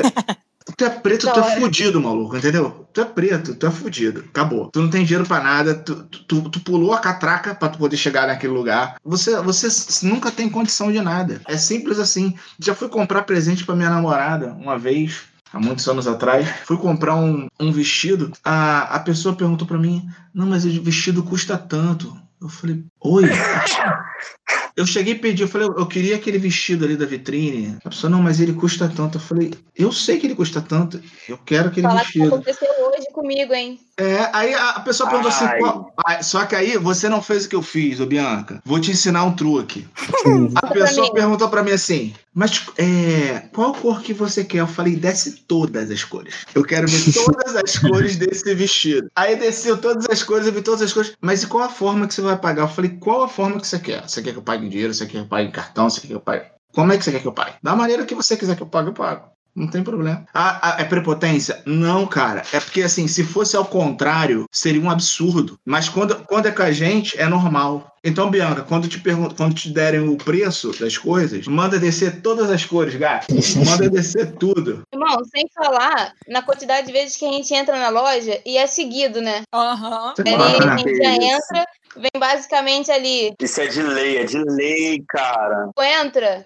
Tu é preto, tu é fudido, maluco, entendeu? Tu é preto, tu é fudido. Acabou. Tu não tem dinheiro pra nada, tu, tu, tu pulou a catraca pra tu poder chegar naquele lugar. Você, você nunca tem condição de nada. É simples assim. Já fui comprar presente pra minha namorada uma vez, há muitos anos atrás. Fui comprar um, um vestido. A, a pessoa perguntou pra mim, não, mas o vestido custa tanto. Eu falei, oi? Eu cheguei e pedi, eu falei, eu queria aquele vestido ali da vitrine. A pessoa, não, mas ele custa tanto. Eu falei, eu sei que ele custa tanto, eu quero aquele Falar vestido. que aconteceu hoje comigo, hein? É, aí a, a pessoa perguntou assim, Ai. qual... ah, só que aí você não fez o que eu fiz, ô Bianca. Vou te ensinar um truque. A pra pessoa mim. perguntou pra mim assim, mas é, qual cor que você quer? Eu falei, desce todas as cores. Eu quero ver todas as cores desse vestido. Aí desceu todas as cores, eu vi todas as cores. Mas e qual a forma que você vai pagar? Eu falei, qual a forma que você quer? Você quer que eu pague em dinheiro? Você quer que eu pague em cartão? Você quer que eu pague... Como é que você quer que eu pague? Da maneira que você quiser que eu pague, eu pago. Não tem problema. Ah, ah, é prepotência? Não, cara. É porque, assim, se fosse ao contrário, seria um absurdo. Mas quando, quando é com a gente, é normal. Então, Bianca, quando te, pergun- quando te derem o preço das coisas, manda descer todas as cores, gato. Manda descer tudo. Irmão, sem falar na quantidade de vezes que a gente entra na loja e é seguido, né? Aham. Você Ali fala, a né? gente já Isso. entra, vem basicamente ali, Isso é de lei, é de lei, cara. tu entra,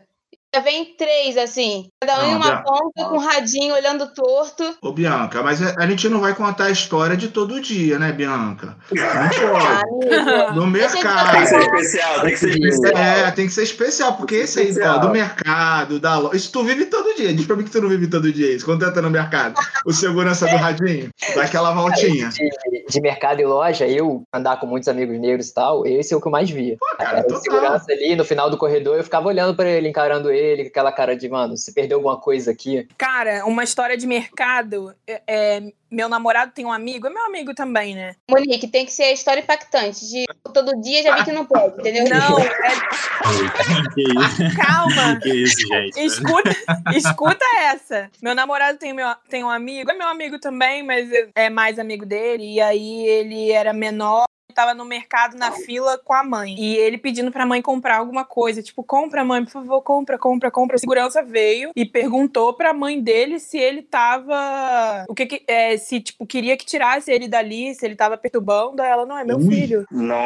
Já vem três, assim. Cada um Não, em uma Bia- ponta, com um radinho olhando torto. Ô, Bianca, mas a, a gente não vai contar a história de todo dia, né, Bianca? Não Ah, pode. amigo. No Deixa eu te mercado. Tem que ser contar. especial, tem que ser Esse dia. especial. É, tem que ser especial, porque Tem que esse ser aí, ó, especial. do mercado, da loja. Isso tu vive todo dia. Diz pra mim que tu não vive todo dia isso. Quando tu entra no mercado, o segurança do radinho, dá aquela voltinha. De, de mercado e loja, eu andar com muitos amigos negros e tal, esse é o que eu mais via. Pô, cara, Era o total. segurança ali no final do corredor, eu ficava olhando pra ele, encarando ele, com aquela cara de, mano, se perdeu alguma coisa aqui. Cara, uma história de mercado. É, é, meu namorado tem um amigo, é meu amigo também, né? Monique, tem que ser a história impactante. De todo dia já vi que não pode, entendeu? Não, é. Que isso? Calma! Que isso, gente? Escuta, escuta essa. Meu namorado tem, meu, tem um amigo, é meu amigo também, mas é mais amigo dele. E aí ele era menor, tava no mercado na fila com a mãe. E ele pedindo pra mãe comprar alguma coisa. Tipo, compra, mãe, por favor, compra, compra, compra. A segurança veio e perguntou pra mãe dele se ele tava... O que que... É, se, tipo, queria que tirasse ele dali, se ele tava perturbando. Ela, não, é meu Ui. filho.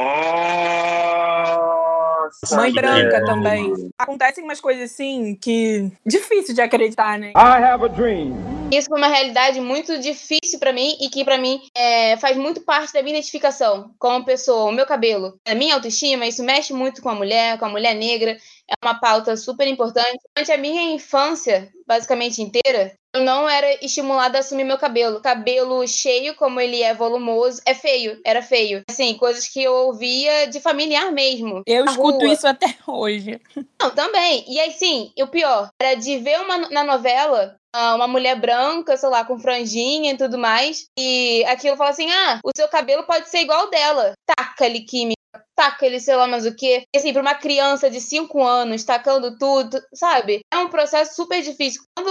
Nossa! Mãe branca velho. também. Acontecem umas coisas assim que... Difícil de acreditar, né? I have a dream. Isso foi uma realidade muito difícil pra mim e que pra mim é, faz muito parte da minha identificação como pessoa, o meu cabelo. A minha autoestima, isso mexe muito com a mulher, com a mulher negra. É uma pauta super importante. Durante a minha infância, basicamente inteira, eu não era estimulada a assumir meu cabelo. Cabelo cheio, como ele é volumoso, é feio, era feio. Assim, coisas que eu ouvia de familiar mesmo. Eu na escuto rua. isso até hoje. Não, também. E aí, sim, o pior era de ver uma, na novela ah, uma mulher branca, sei lá, com franjinha e tudo mais, e aquilo fala assim, ah, o seu cabelo pode ser igual ao dela. Taca-lhe química, taca-lhe sei lá mais o quê. E assim, pra uma criança de cinco anos, tacando tudo, sabe? É um processo super difícil. Quando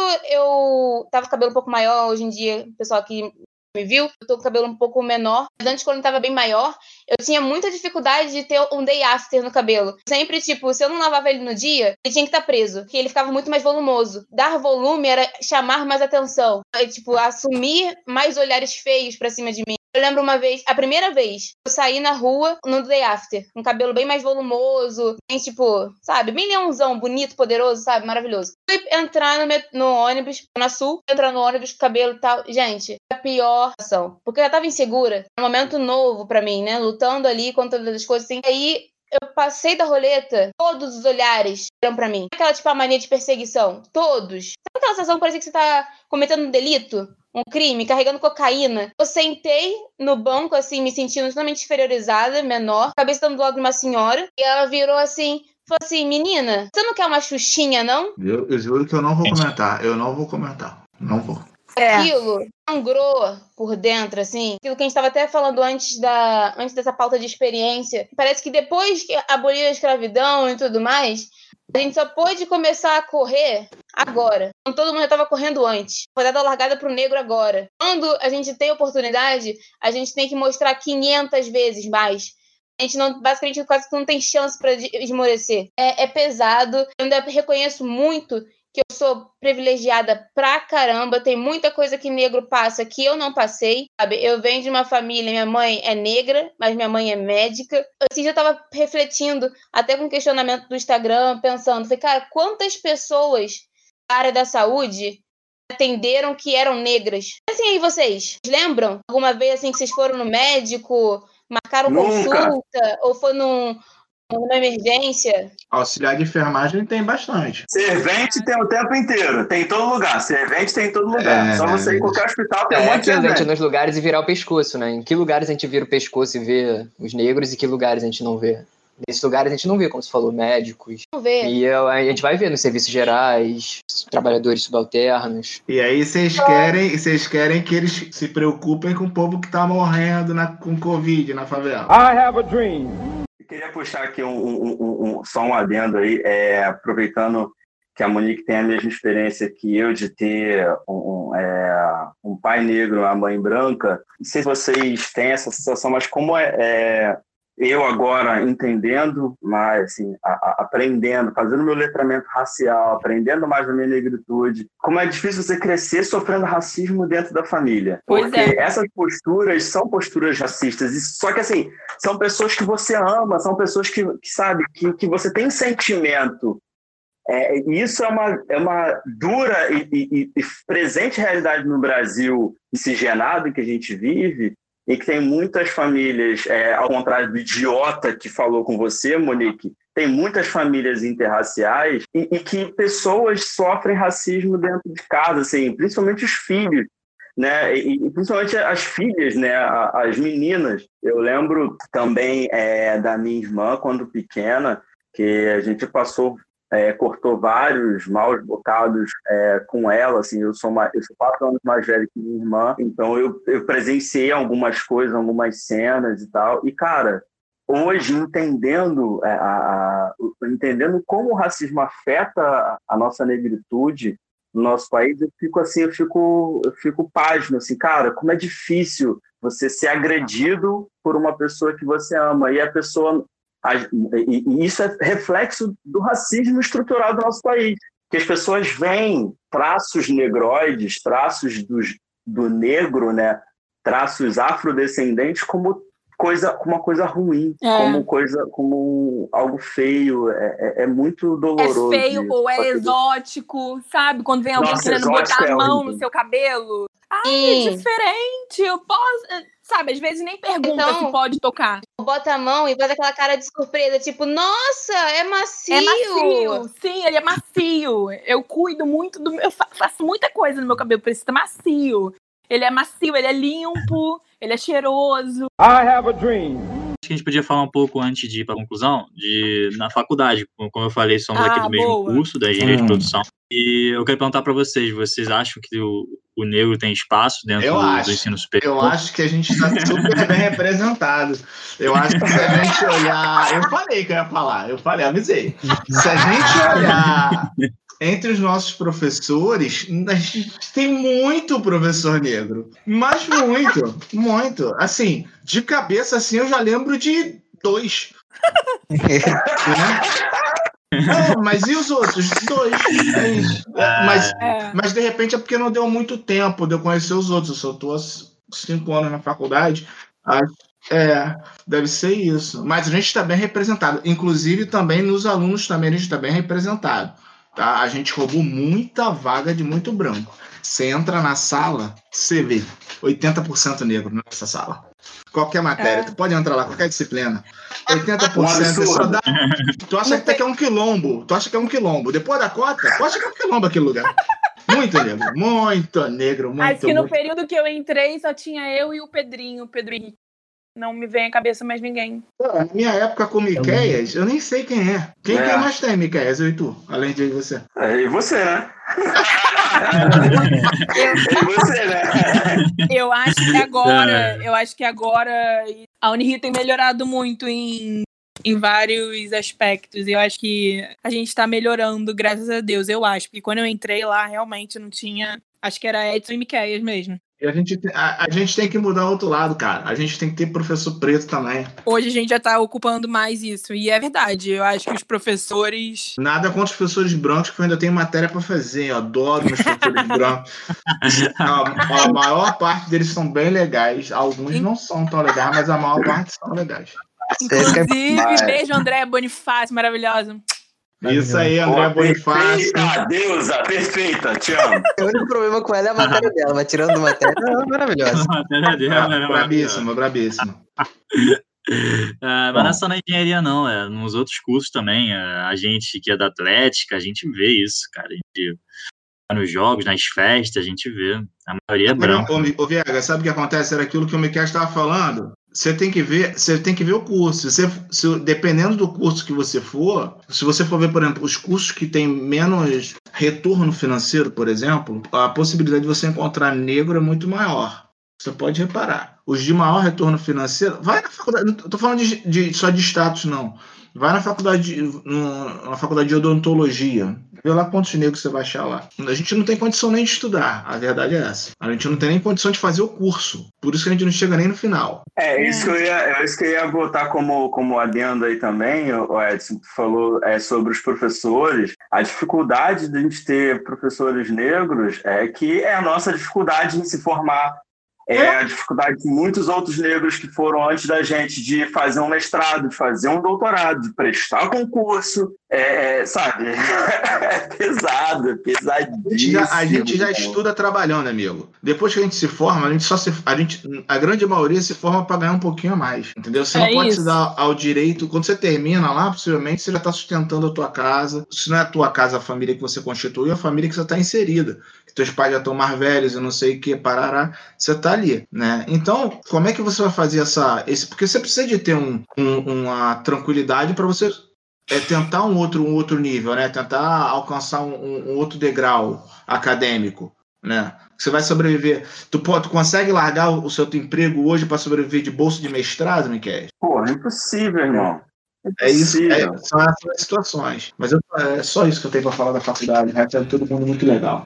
eu tava com o cabelo um pouco maior, hoje em dia, o pessoal aqui me viu, eu tô com o cabelo um pouco menor. Mas antes, quando eu tava bem maior, eu tinha muita dificuldade de ter um day after no cabelo. Sempre, tipo, se eu não lavava ele no dia, ele tinha que estar preso, porque ele ficava muito mais volumoso. Dar volume era chamar mais atenção. É, tipo, assumir mais olhares feios pra cima de mim. Eu lembro uma vez, a primeira vez, eu saí na rua no day after, com um cabelo bem mais volumoso, bem tipo, sabe, bem leãozão, bonito, poderoso, sabe, maravilhoso. Fui entrar no, met- no ônibus, na Sul, entrar no ônibus com cabelo e tal. Gente, a pior ação, porque eu já tava insegura, um momento novo pra mim, né, lutando ali contra todas as coisas assim. Aí eu passei da roleta, todos os olhares eram pra mim. Aquela, tipo, a mania de perseguição, todos. Sabe aquela sensação que parece que você tá cometendo um delito? Um crime, carregando cocaína. Eu sentei no banco, assim, me sentindo totalmente inferiorizada, menor. Acabei sentando do lado de uma senhora. E ela virou assim, falou assim, menina, você não quer uma xuxinha, não? Eu, eu juro que eu não vou comentar. Eu não vou comentar. Não vou. É. Aquilo sangrou por dentro, assim. Aquilo que a gente estava até falando antes, da, antes dessa pauta de experiência. Parece que depois que aboliram a escravidão e tudo mais, a gente só pôde começar a correr agora. Quando todo mundo já estava correndo antes. Foi dada a largada pro negro agora. Quando a gente tem oportunidade, a gente tem que mostrar quinhentas vezes mais. A gente não, basicamente quase que não tem chance para esmorecer. É, é pesado. Eu ainda reconheço muito que eu sou privilegiada pra caramba, tem muita coisa que negro passa que eu não passei, sabe? Eu venho de uma família, minha mãe é negra, mas minha mãe é médica. Assim, já tava refletindo, até com questionamento do Instagram, pensando, falei, cara, quantas pessoas da área da saúde atenderam que eram negras? Assim, aí vocês, lembram? Alguma vez, assim, que vocês foram no médico, marcaram Nunca. consulta, ou foi num... uma emergência? Auxiliar de enfermagem tem bastante. Servente tem o tempo inteiro, tem em todo lugar. Servente tem em todo lugar. É. Só você ir em qualquer hospital tem um É monte de aquilo, a gente ir servente. nos lugares e virar o pescoço, né? Em que lugares a gente vira o pescoço e vê os negros e que lugares a gente não vê? Nesses lugares a gente não vê, como você falou, médicos. Vamos ver. E eu- a gente vai ver nos serviços gerais, trabalhadores subalternos. E aí vocês querem, vocês querem que eles se preocupem com o povo que tá morrendo na, com Covid na favela. I have a dream. Eu queria puxar aqui um, um- um- um- só um adendo aí, é, aproveitando que a Monique tem a mesma experiência que eu de ter um, um, é, um pai negro, uma mãe branca. Não sei se vocês têm essa sensação, mas como é, é, eu agora entendendo mais, assim, a- a- aprendendo, fazendo meu letramento racial, aprendendo mais da minha negritude, como é difícil você crescer sofrendo racismo dentro da família. Pois Porque é. essas posturas são posturas racistas. E só que, assim, são pessoas que você ama, são pessoas que, que sabe, que, que você tem sentimento É, isso é uma, é uma dura e, e, e presente realidade no Brasil miscigenado em que a gente vive, e que tem muitas famílias, é, ao contrário do idiota que falou com você, Monique, tem muitas famílias interraciais e, e que pessoas sofrem racismo dentro de casa, assim, principalmente os filhos, né? E, e principalmente as filhas, né? As meninas. Eu lembro também é, da minha irmã, quando pequena, que a gente passou... É, cortou vários maus bocados é, com ela, assim, eu sou, uma, eu sou quatro anos mais velho que minha irmã, então eu, eu presenciei algumas coisas, algumas cenas e tal, e cara, hoje entendendo, é, a, a, entendendo como o racismo afeta a nossa negritude no nosso país, eu fico assim, eu fico, eu fico pasmo, assim, cara, como é difícil você ser agredido por uma pessoa que você ama, e a pessoa... E isso é reflexo do racismo estrutural do nosso país, que as pessoas veem traços negroides, traços do, do negro, né, traços afrodescendentes como coisa, como uma coisa ruim, é. como coisa, como algo feio, é, é, é muito doloroso. É feio isso. ou é exótico, sabe? Quando vem alguém Nossa, querendo botar a mão é no seu cabelo. Ah, é diferente, eu posso... Sabe, às vezes nem pergunta então, se pode tocar. Bota a mão e faz aquela cara de surpresa, tipo, nossa, é macio. É macio, sim, ele é macio. Eu cuido muito do meu... Eu faço muita coisa no meu cabelo pra ele ser macio. Ele é macio, ele é limpo, ele é cheiroso. I have a dream. Acho que a gente podia falar um pouco antes de ir para a conclusão, de, na faculdade, como eu falei, somos ah, aqui do mesmo boa. curso da engenharia hum. de produção. E eu quero perguntar para vocês, vocês acham que o, o negro tem espaço dentro eu do, acho, do ensino superior? Eu acho que a gente está super bem representado. Eu acho que se a gente olhar... Eu falei que eu ia falar, eu falei, avisei. Se a gente olhar entre os nossos professores, a gente tem muito professor negro. Mas muito, muito. Assim, de cabeça, assim, eu já lembro de dois. Não, mas e os outros? Dois. É, mas, mas, de repente, é porque não deu muito tempo de eu conhecer os outros. Eu só estou há cinco anos na faculdade. É, deve ser isso. Mas a gente está bem representado. Inclusive, também nos alunos também a gente está bem representado. Tá? A gente roubou muita vaga de muito branco. Você entra na sala, você vê oitenta por cento negro nessa sala. Qualquer matéria, é. tu pode entrar lá, qualquer disciplina. oitenta por cento só dá. Tu acha que é um quilombo. Tu acha que é um quilombo. Depois da cota, tu acha que é um quilombo aquele lugar. Muito negro, muito negro, muito. Acho que no muito... período que eu entrei só tinha eu e o Pedrinho, o Pedro Henrique. Não me vem à cabeça mais ninguém. Na minha época com Miqueias, eu nem sei quem é. Quem, é. quem mais tem, Miqueias? Eu e tu, além de você. É, e você, né? eu, e você, né? Eu acho que agora, eu acho que agora a Unirio tem melhorado muito em, em vários aspectos. Eu acho que a gente está melhorando, graças a Deus, eu acho. Porque quando eu entrei lá, realmente não tinha... Acho que era Edson e Miqueias mesmo. E a gente, a, a gente tem que mudar o outro lado, cara. A gente tem que ter professor preto também. Hoje a gente já tá ocupando mais isso. E é verdade. Eu acho que os professores... Nada contra os professores brancos, que eu ainda tenho matéria pra fazer. Eu adoro meus professores brancos. A, a maior parte deles são bem legais. Alguns não são tão legais, mas a maior parte são legais. Inclusive, beijo, André Bonifácio, maravilhosa. Isso aí, André Bonifácio. Perfeita, deusa, perfeita, te amo. O único problema com ela é a matéria dela, mas tirando a matéria, ela é maravilhosa. A matéria dela é brabíssima, brabíssima. É, mas não é só na engenharia, não. É, nos outros cursos também. É, a gente que é da Atlética, a gente vê isso, cara. A gente nos jogos, nas festas, a gente vê. A maioria é branca. Ô, Viega, sabe o que acontece? Era aquilo que o Miquel estava falando. Você tem que ver, você tem que ver o curso. Você, se, dependendo do curso que você for, se você for ver, por exemplo, os cursos que têm menos retorno financeiro, por exemplo, a possibilidade de você encontrar negro é muito maior. Você pode reparar. Os de maior retorno financeiro, vai na faculdade, não estou falando de, de, só de status, não. Vai na faculdade, no, na faculdade de odontologia. Vê lá quantos negros você vai achar lá. A gente não tem condição nem de estudar, a verdade é essa. A gente não tem nem condição de fazer o curso. Por isso que a gente não chega nem no final. É, isso que eu ia, é isso que eu ia botar como, como adendo aí também, o Edson, que falou é, sobre os professores. A dificuldade de a gente ter professores negros é que é a nossa dificuldade em se formar. É a dificuldade de muitos outros negros que foram antes da gente de fazer um mestrado, de fazer um doutorado, de prestar concurso. É, sabe? É pesado, pesadíssimo. A gente já, a gente já estuda trabalhando, amigo. Depois que a gente se forma, a gente só se. A, gente, a grande maioria se forma para ganhar um pouquinho a mais. Entendeu? Você É não pode isso. se dar ao direito. Quando você termina lá, possivelmente você já está sustentando a tua casa. Se não é a tua casa, a família que você constituiu, é a família que você está inserida. Que teus pais já estão mais velhos e não sei o que, parará. Você está ali, né? Então, como é que você vai fazer essa. Esse, porque você precisa de ter um, um, uma tranquilidade para você. É tentar um outro, um outro nível, né? Tentar alcançar um, um outro degrau acadêmico, né? Você vai sobreviver. Tu, pode, tu consegue largar o seu emprego hoje para sobreviver de bolsa de mestrado, Miquel? Pô, é impossível, irmão. É isso, é, são essas situações. Mas eu, é só isso que eu tenho para falar da faculdade. É todo mundo muito legal.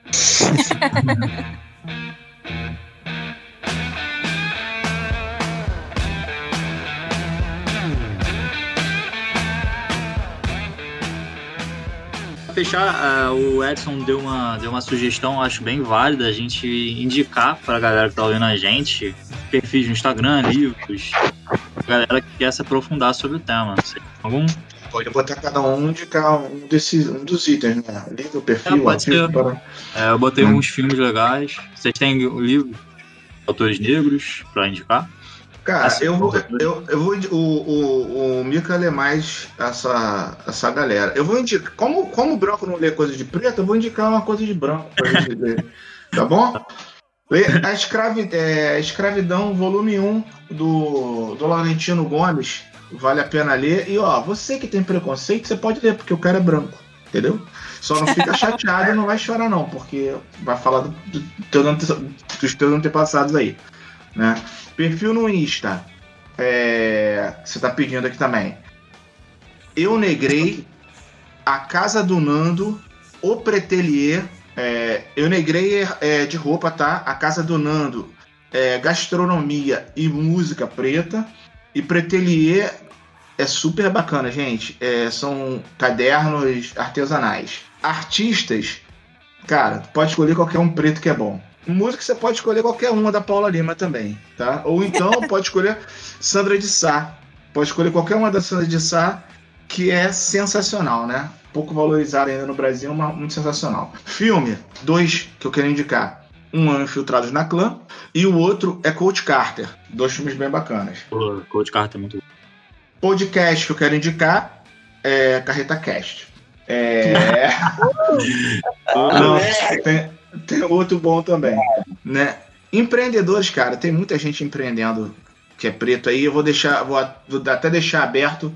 Fechar, uh, o Edson deu uma, deu uma sugestão, acho bem válida, a gente indicar para a galera que tá ouvindo a gente perfis no Instagram, livros, a galera que quer se aprofundar sobre o tema. Sei, algum? Pode botar cada um indicar um, desses, um dos itens, né? Livro, perfil, é, pode ser. Para... É, eu botei hum. alguns filmes legais. Vocês têm o livro Autores Negros para indicar? Cara, assim, eu vou, eu, eu vou o, o, o Mica lê mais essa, essa galera. Eu vou indicar, como, como o branco não lê coisa de preto, eu vou indicar uma coisa de branco pra gente ler. Tá bom? A, escravi, é, a Escravidão, volume um, do, do Laurentino Gomes. Vale a pena ler. E ó, você que tem preconceito, você pode ler, porque o cara é branco. Entendeu? Só não fica chateado e não vai chorar, não, porque vai falar do, do, do, dos teus antepassados aí. Né? Perfil no Insta, é, você tá pedindo aqui também. Eu Negrei, A Casa do Nando, O Pretelier, é, Eu Negrei é, de roupa, tá? A Casa do Nando, é, Gastronomia e Música Preta. E Pretelier é super bacana, gente. É, são cadernos artesanais. Artistas, cara, pode escolher qualquer um preto que é bom. Música você pode escolher qualquer uma da Paula Lima também, tá? Ou então pode escolher Sandra de Sá. Pode escolher qualquer uma da Sandra de Sá, que é sensacional, né? Pouco valorizada ainda no Brasil, mas muito sensacional. Filme, dois que eu quero indicar. Um é Infiltrados na Clã e o outro é Coach Carter. Dois filmes bem bacanas. Pô, Coach Carter é muito bom. Podcast que eu quero indicar é Carreta Cast. É... Não, tem... Tem outro bom também, né? Empreendedores, cara, tem muita gente empreendendo que é preto aí. Eu vou deixar, vou até deixar aberto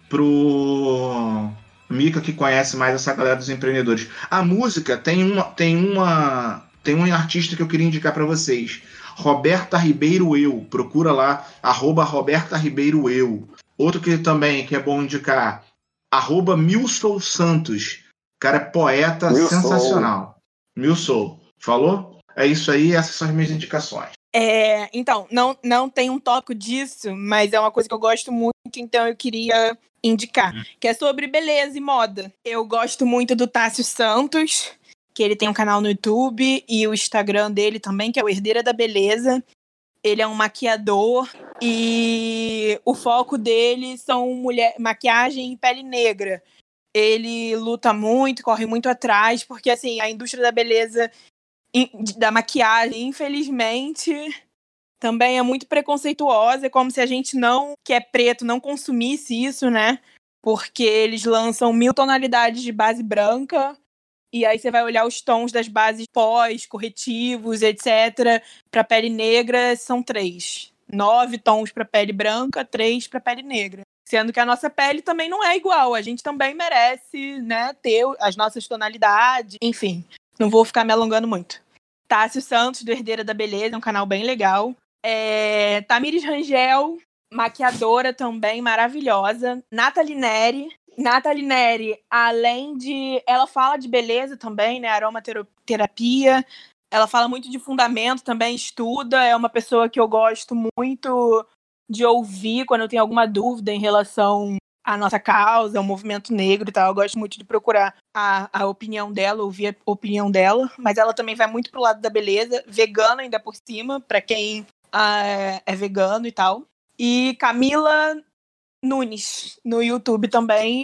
pro Mica, que conhece mais essa galera dos empreendedores. A música tem uma, tem uma, tem um artista que eu queria indicar para vocês. Roberta Ribeiro Eu. Procura lá, arroba Roberta Ribeiro Eu. Outro que também que é bom indicar, arroba Milson Santos. Cara, é poeta Milson. Sensacional. Milson, falou? É isso aí, essas são as minhas indicações. É, então, não, não tem um tópico disso, mas é uma coisa que eu gosto muito, então eu queria indicar, hum. que é sobre beleza e moda. Eu gosto muito do Tássio Santos, que ele tem um canal no YouTube, e o Instagram dele também, que é o Herdeira da Beleza. Ele é um maquiador, e o foco dele são mulher, maquiagem e pele negra. Ele luta muito, corre muito atrás, porque assim, a indústria da beleza, da maquiagem, infelizmente, também é muito preconceituosa. É como se a gente não, que é preto, não consumisse isso, né? Porque eles lançam mil tonalidades de base branca, e aí você vai olhar os tons das bases pós, corretivos, etcétera. Para pele negra, são três. Nove tons para pele branca, três para pele negra. Sendo que a nossa pele também não é igual. A gente também merece, né, ter as nossas tonalidades. Enfim, não vou ficar me alongando muito. Tássio Santos, do Herdeira da Beleza, é um canal bem legal. É... Tamires Rangel, maquiadora também, maravilhosa. Nathalie Neri. Nathalie Neri, além de... Ela fala de beleza também, né, aromaterapia. Ela fala muito de fundamento também, estuda. É uma pessoa que eu gosto muito de ouvir quando eu tenho alguma dúvida em relação à nossa causa, ao movimento negro e tal. Eu gosto muito de procurar a, a opinião dela, ouvir a opinião dela, mas ela também vai muito pro lado da beleza, vegana ainda por cima, pra quem uh, é vegano e tal. E Camila Nunes, no YouTube também,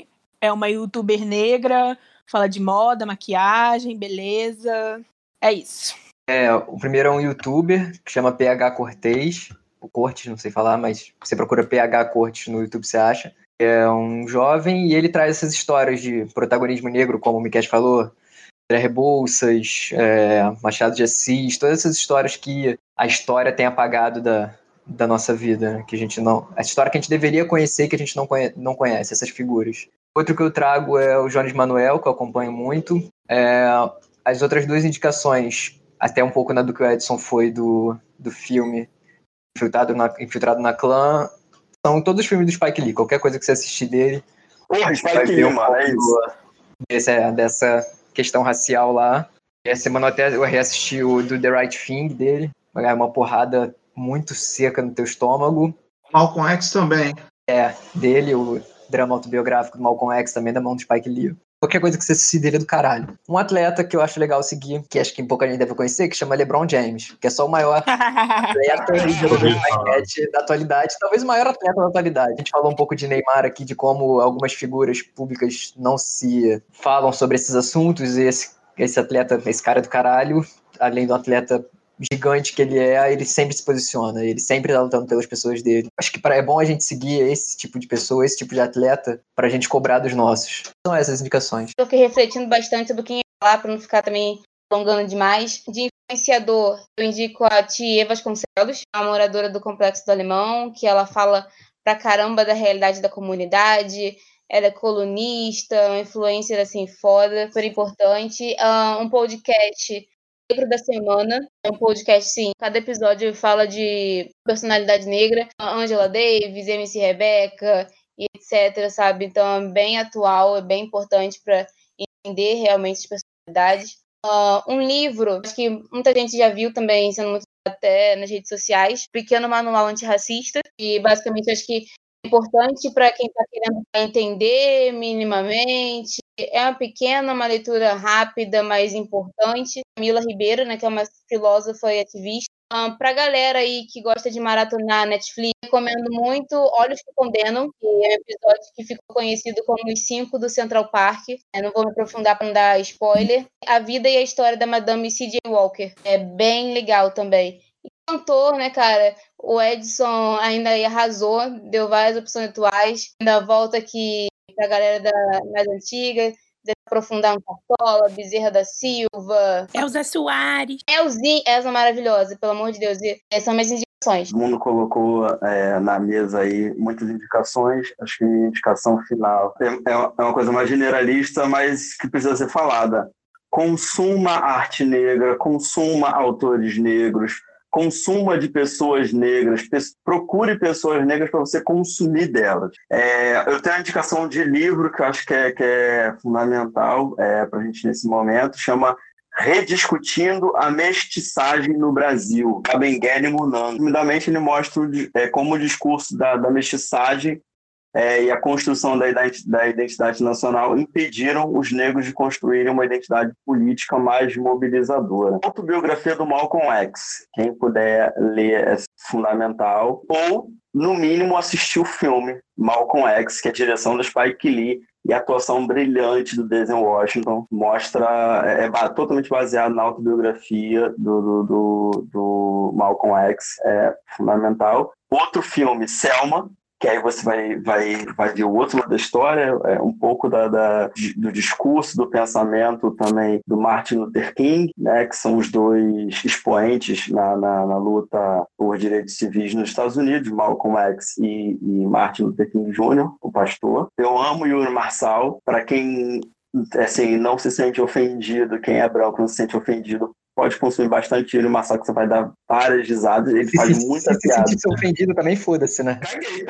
é uma youtuber negra, fala de moda, maquiagem, beleza. É isso. É, o primeiro é um youtuber que chama P H Cortez, o Cortes, não sei falar, mas você procura P H Cortes no YouTube, você acha. É um jovem e ele traz essas histórias de protagonismo negro, como o Miquel falou, André Rebouças, é, Machado de Assis, todas essas histórias que a história tem apagado da, da nossa vida, né? Que a gente não, a história que a gente deveria conhecer, que a gente não conhece, não conhece essas figuras. Outro que eu trago é o Jones Manuel, que eu acompanho muito. É, as outras duas indicações, até um pouco na do que o Edson foi do, do filme Infiltrado na, Infiltrado na Clã, são todos os filmes do Spike Lee. Qualquer coisa que você assistir dele, Porra, Spike Lee, um mano, é isso. Desse, é, dessa questão racial lá. E essa semana até eu reassisti o do The Right Thing dele. É uma porrada muito seca no teu estômago. Malcolm X também. É, dele, o drama autobiográfico do Malcolm X também, da mão do Spike Lee. Qualquer coisa que você assistir dele é do caralho. Um atleta que eu acho legal seguir, que acho que pouca gente deve conhecer, que chama LeBron James, que é só o maior atleta de basquete da atualidade, talvez o maior atleta da atualidade. A gente falou um pouco de Neymar aqui, de como algumas figuras públicas não se falam sobre esses assuntos, e esse, esse atleta, esse cara é do caralho, além do atleta gigante que ele é, ele sempre se posiciona, ele sempre tá lutando pelas pessoas dele. Acho que é bom a gente seguir esse tipo de pessoa, esse tipo de atleta, pra gente cobrar dos nossos. São essas indicações. Eu fiquei refletindo bastante sobre quem ia falar, pra não ficar também alongando demais. De influenciador, eu indico a Tia Vasconcelos, a moradora do Complexo do Alemão, que ela fala pra caramba da realidade da comunidade. Ela é colunista, uma influencer assim foda, super importante. Uh, um podcast Negro da Semana, é um podcast, sim. Cada episódio fala de personalidade negra, Angela Davis, M C Rebeca e etc, sabe? Então é bem atual, é bem importante para entender realmente as personalidades. Uh, um livro, acho que muita gente já viu também, sendo muito até nas redes sociais, Pequeno Manual Antirracista, e basicamente acho que é importante para quem está querendo entender minimamente. É uma pequena, uma leitura rápida, mas importante. Camila Ribeiro, né, que é uma filósofa e ativista. Um, para a galera aí que gosta de maratonar Netflix, recomendo muito Olhos que Condenam, que é um episódio que ficou conhecido como Os Cinco do Central Park. Eu não vou me aprofundar para não dar spoiler. A Vida e a História da Madame C J Walker. É bem legal também. E cantor, né, cara? O Edson ainda arrasou, deu várias opções atuais. Ainda volta aqui pra galera da, mais antiga, de aprofundar um Cartola, Bezerra da Silva. Elza Soares. Elzinha, essa maravilhosa, pelo amor de Deus. E essas são minhas indicações. Todo mundo colocou é, na mesa aí muitas indicações. Acho que a indicação final é, é uma coisa mais generalista, mas que precisa ser falada. Consuma arte negra, consuma autores negros, consuma de pessoas negras, procure pessoas negras para você consumir delas. É, eu tenho uma indicação de livro que eu acho que é, que é fundamental é, para a gente nesse momento, chama Rediscutindo a Mestiçagem no Brasil, Kabengele Munanga. Resumidamente, ele mostra é, como o discurso da, da mestiçagem É, e a construção da identidade, da identidade nacional impediram os negros de construírem uma identidade política mais mobilizadora. A autobiografia do Malcolm X, quem puder ler é fundamental, ou, no mínimo, assistir o filme Malcolm X, que é a direção do Spike Lee, e a atuação brilhante do Denzel Washington. Mostra, é, é totalmente baseado na autobiografia do, do, do, do Malcolm X, é fundamental. Outro filme, Selma, que aí você vai, vai, vai ver o outro lado da história, é, um pouco da, da, do discurso, do pensamento também do Martin Luther King, né, que são os dois expoentes na, na, na luta por direitos civis nos Estados Unidos, Malcolm X e, e Martin Luther King Júnior, o pastor. Eu amo Yuri Marçal, para quem assim, não se sente ofendido, quem é branco não se sente ofendido, pode consumir bastante Yuri Marçal, que você vai dar várias risadas, ele faz se, muita se, piada. Se sentir ofendido também, foda-se, né?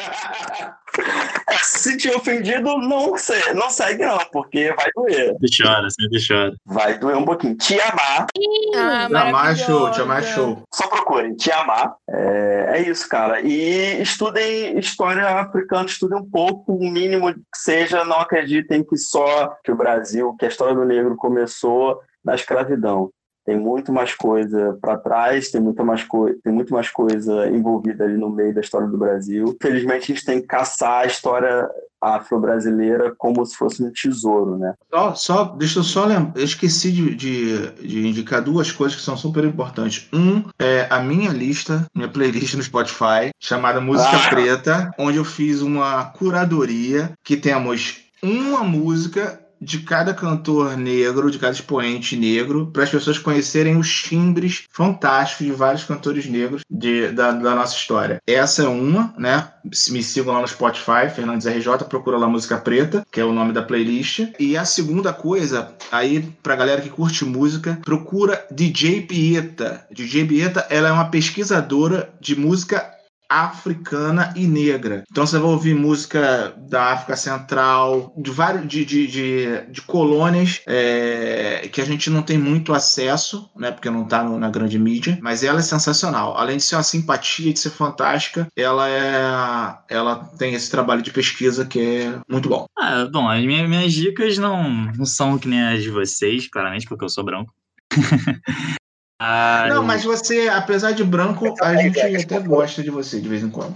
É, se sentir ofendido, não, não segue não, porque vai doer. Sempre chora, sempre chora. Vai doer um pouquinho. Te Amar. Ah, Te Amar é show, Te Amar é show. Só procurem, Te Amar. É, é isso, cara. E estudem história africana, estudem um pouco, o mínimo que seja, não acreditem que só que o Brasil, que a história do negro começou na escravidão. tem muito mais coisa para trás, tem, muita mais co- tem muito mais coisa envolvida ali no meio da história do Brasil. Infelizmente, a gente tem que caçar a história afro-brasileira como se fosse um tesouro, né? Só, só, deixa eu só lembrar, eu esqueci de, de, de indicar duas coisas que são super importantes. Um é a minha lista, minha playlist no Spotify, chamada Música Ah! Preta, onde eu fiz uma curadoria que temos uma música de cada cantor negro, de cada expoente negro, para as pessoas conhecerem os timbres fantásticos de vários cantores negros de, da, da nossa história. Essa é uma, né? Me sigam lá no Spotify, Fernandes R J, procura lá Música Preta, que é o nome da playlist. E a segunda coisa, aí pra galera que curte música, procura D J Pieta. D J Pieta, ela é uma pesquisadora de música africana e negra. Então você vai ouvir música da África Central, de vários de, de, de, de colônias é, que a gente não tem muito acesso, né, porque não está na grande mídia, mas ela é sensacional. Além de ser uma simpatia, de ser fantástica, ela é ela tem esse trabalho de pesquisa que é muito bom. Ah, bom, as minhas, minhas dicas não, não são que nem as de vocês, claramente, porque eu sou branco. Ah, Não, mas você, apesar de branco, a gente até gosta de você de vez em quando.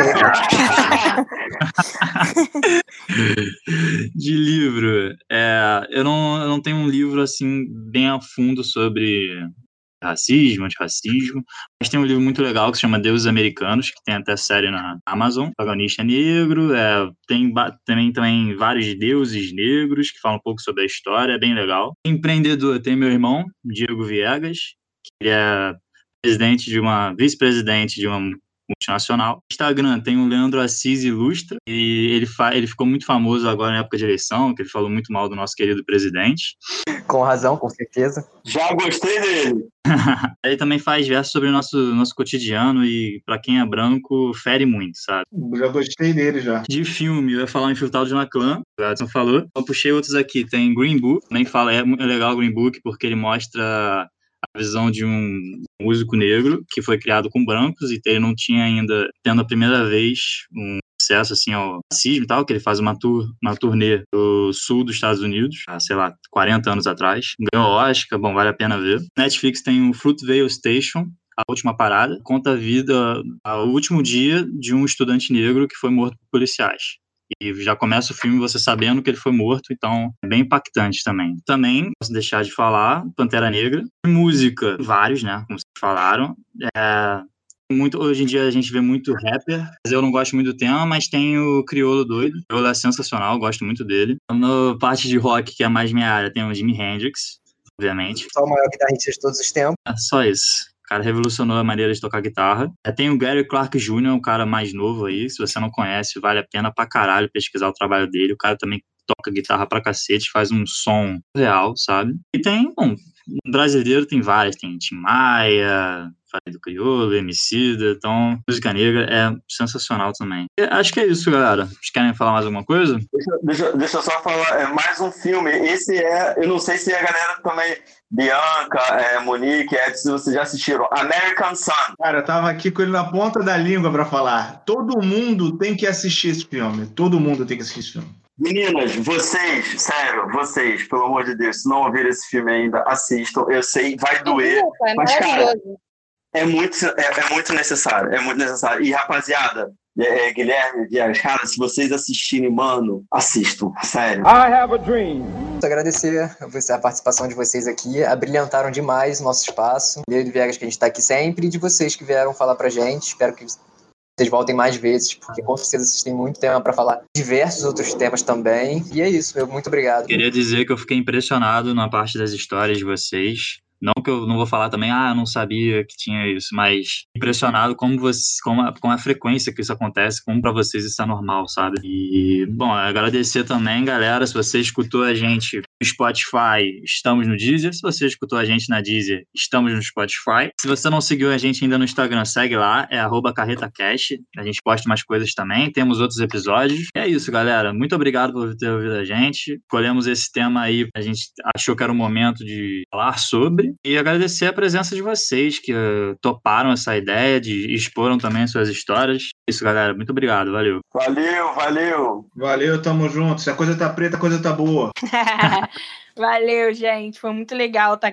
De livro, é, eu, não, eu não tenho um livro assim bem a fundo sobre racismo, antirracismo, mas tem um livro muito legal que se chama Deuses Americanos, que tem até série na Amazon. O protagonista é negro, é, tem ba- também, também vários deuses negros que falam um pouco sobre a história, é bem legal. Empreendedor, tem meu irmão, Diego Viegas, que é presidente de uma, vice-presidente de uma multinacional. Instagram tem o Leandro Assis Ilustra, e ele, fa- ele ficou muito famoso agora na época de eleição, que ele falou muito mal do nosso querido presidente. Com razão, com certeza. Já gostei dele. Ele também faz versos sobre o nosso, nosso cotidiano e, pra quem é branco, fere muito, sabe? Já gostei dele já. De filme, eu ia falar Infiltrado de uma Clã, o Edson falou. Eu puxei outros aqui, tem Green Book, também fala, é, é legal o Green Book porque ele mostra a visão de um músico negro que foi criado com brancos e ele não tinha ainda, tendo a primeira vez um acesso assim ao racismo e tal, que ele faz uma, tour, uma turnê do sul dos Estados Unidos, há, sei lá, quarenta anos atrás. Ganhou Oscar, bom, vale a pena ver. Netflix tem o Fruitvale Station, A Última Parada, conta a vida, o último dia de um estudante negro que foi morto por policiais. E já começa o filme você sabendo que ele foi morto, então é bem impactante também. Também, posso deixar de falar, Pantera Negra. Música, vários, né, como vocês falaram. É, muito, hoje em dia a gente vê muito rapper, mas eu não gosto muito do tema, mas tem o Criolo Doido. O Criolo é sensacional, gosto muito dele. Na parte de rock, que é mais minha área, tem o Jimi Hendrix, obviamente. Só o maior guitarrista de todos os tempos. É só isso. O cara revolucionou a maneira de tocar guitarra. Tem o Gary Clark Júnior, um cara mais novo aí. Se você não conhece, vale a pena pra caralho pesquisar o trabalho dele. O cara também toca guitarra pra cacete, faz um som real, sabe? E tem, bom, brasileiro tem vários. Tem Tim Maia, falei do Criolo, Emicida. Então, música negra é sensacional também. E acho que é isso, galera. Vocês querem falar mais alguma coisa? Deixa, deixa, deixa eu só falar, é mais um filme. Esse é, eu não sei se a galera também, Bianca, é, Monique, Edson, se vocês já assistiram, American Sun. Cara, eu tava aqui com ele na ponta da língua pra falar. Todo mundo tem que assistir esse filme. Todo mundo tem que assistir esse filme. Meninas, vocês, sério, vocês, pelo amor de Deus, se não ouviram esse filme ainda, assistam. Eu sei, vai doer, Desculpa, é mas, cara, maravilhoso. é muito, é, é muito necessário, é muito necessário. E, rapaziada, é, é, Guilherme, Viegas, cara, se vocês assistirem, mano, assistam, sério. I have a dream. Muito agradecer a participação de vocês aqui. Abrilhantaram demais o nosso espaço. Eu e Viegas, que a gente está aqui sempre, e de vocês que vieram falar pra gente. Espero que vocês voltem mais vezes, porque com certeza vocês têm muito tema para falar. Diversos outros temas também. E é isso, meu. Muito obrigado. Queria dizer que eu fiquei impressionado na parte das histórias de vocês. Não que eu não vou falar também, ah, eu não sabia que tinha isso, mas impressionado como, você, como, a, como a frequência que isso acontece, como pra vocês isso é normal, sabe? E, bom, agradecer também, galera, se você escutou a gente no Spotify, estamos no Deezer. Se você escutou a gente na Deezer, estamos no Spotify. Se você não seguiu a gente ainda no Instagram, segue lá, é arroba carretacast. A gente posta mais coisas também, temos outros episódios. E é isso, galera. Muito obrigado por ter ouvido a gente. Escolhemos esse tema aí, a gente achou que era o momento de falar sobre. E agradecer a presença de vocês que uh, toparam essa ideia, de exporam também suas histórias. É isso, galera. Muito obrigado. Valeu. Valeu, valeu. Valeu, tamo junto. Se a coisa tá preta, a coisa tá boa. Valeu, gente. Foi muito legal estar aqui com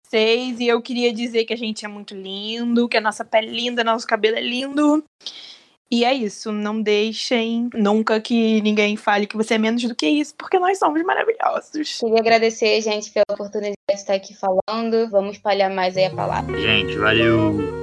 vocês. E eu queria dizer que a gente é muito lindo, que a nossa pele é linda, nosso cabelo é lindo. E é isso, não deixem nunca que ninguém fale que você é menos do que isso, porque nós somos maravilhosos. Queria agradecer, gente, pela oportunidade de estar aqui falando. Vamos espalhar mais aí a palavra. Gente, valeu!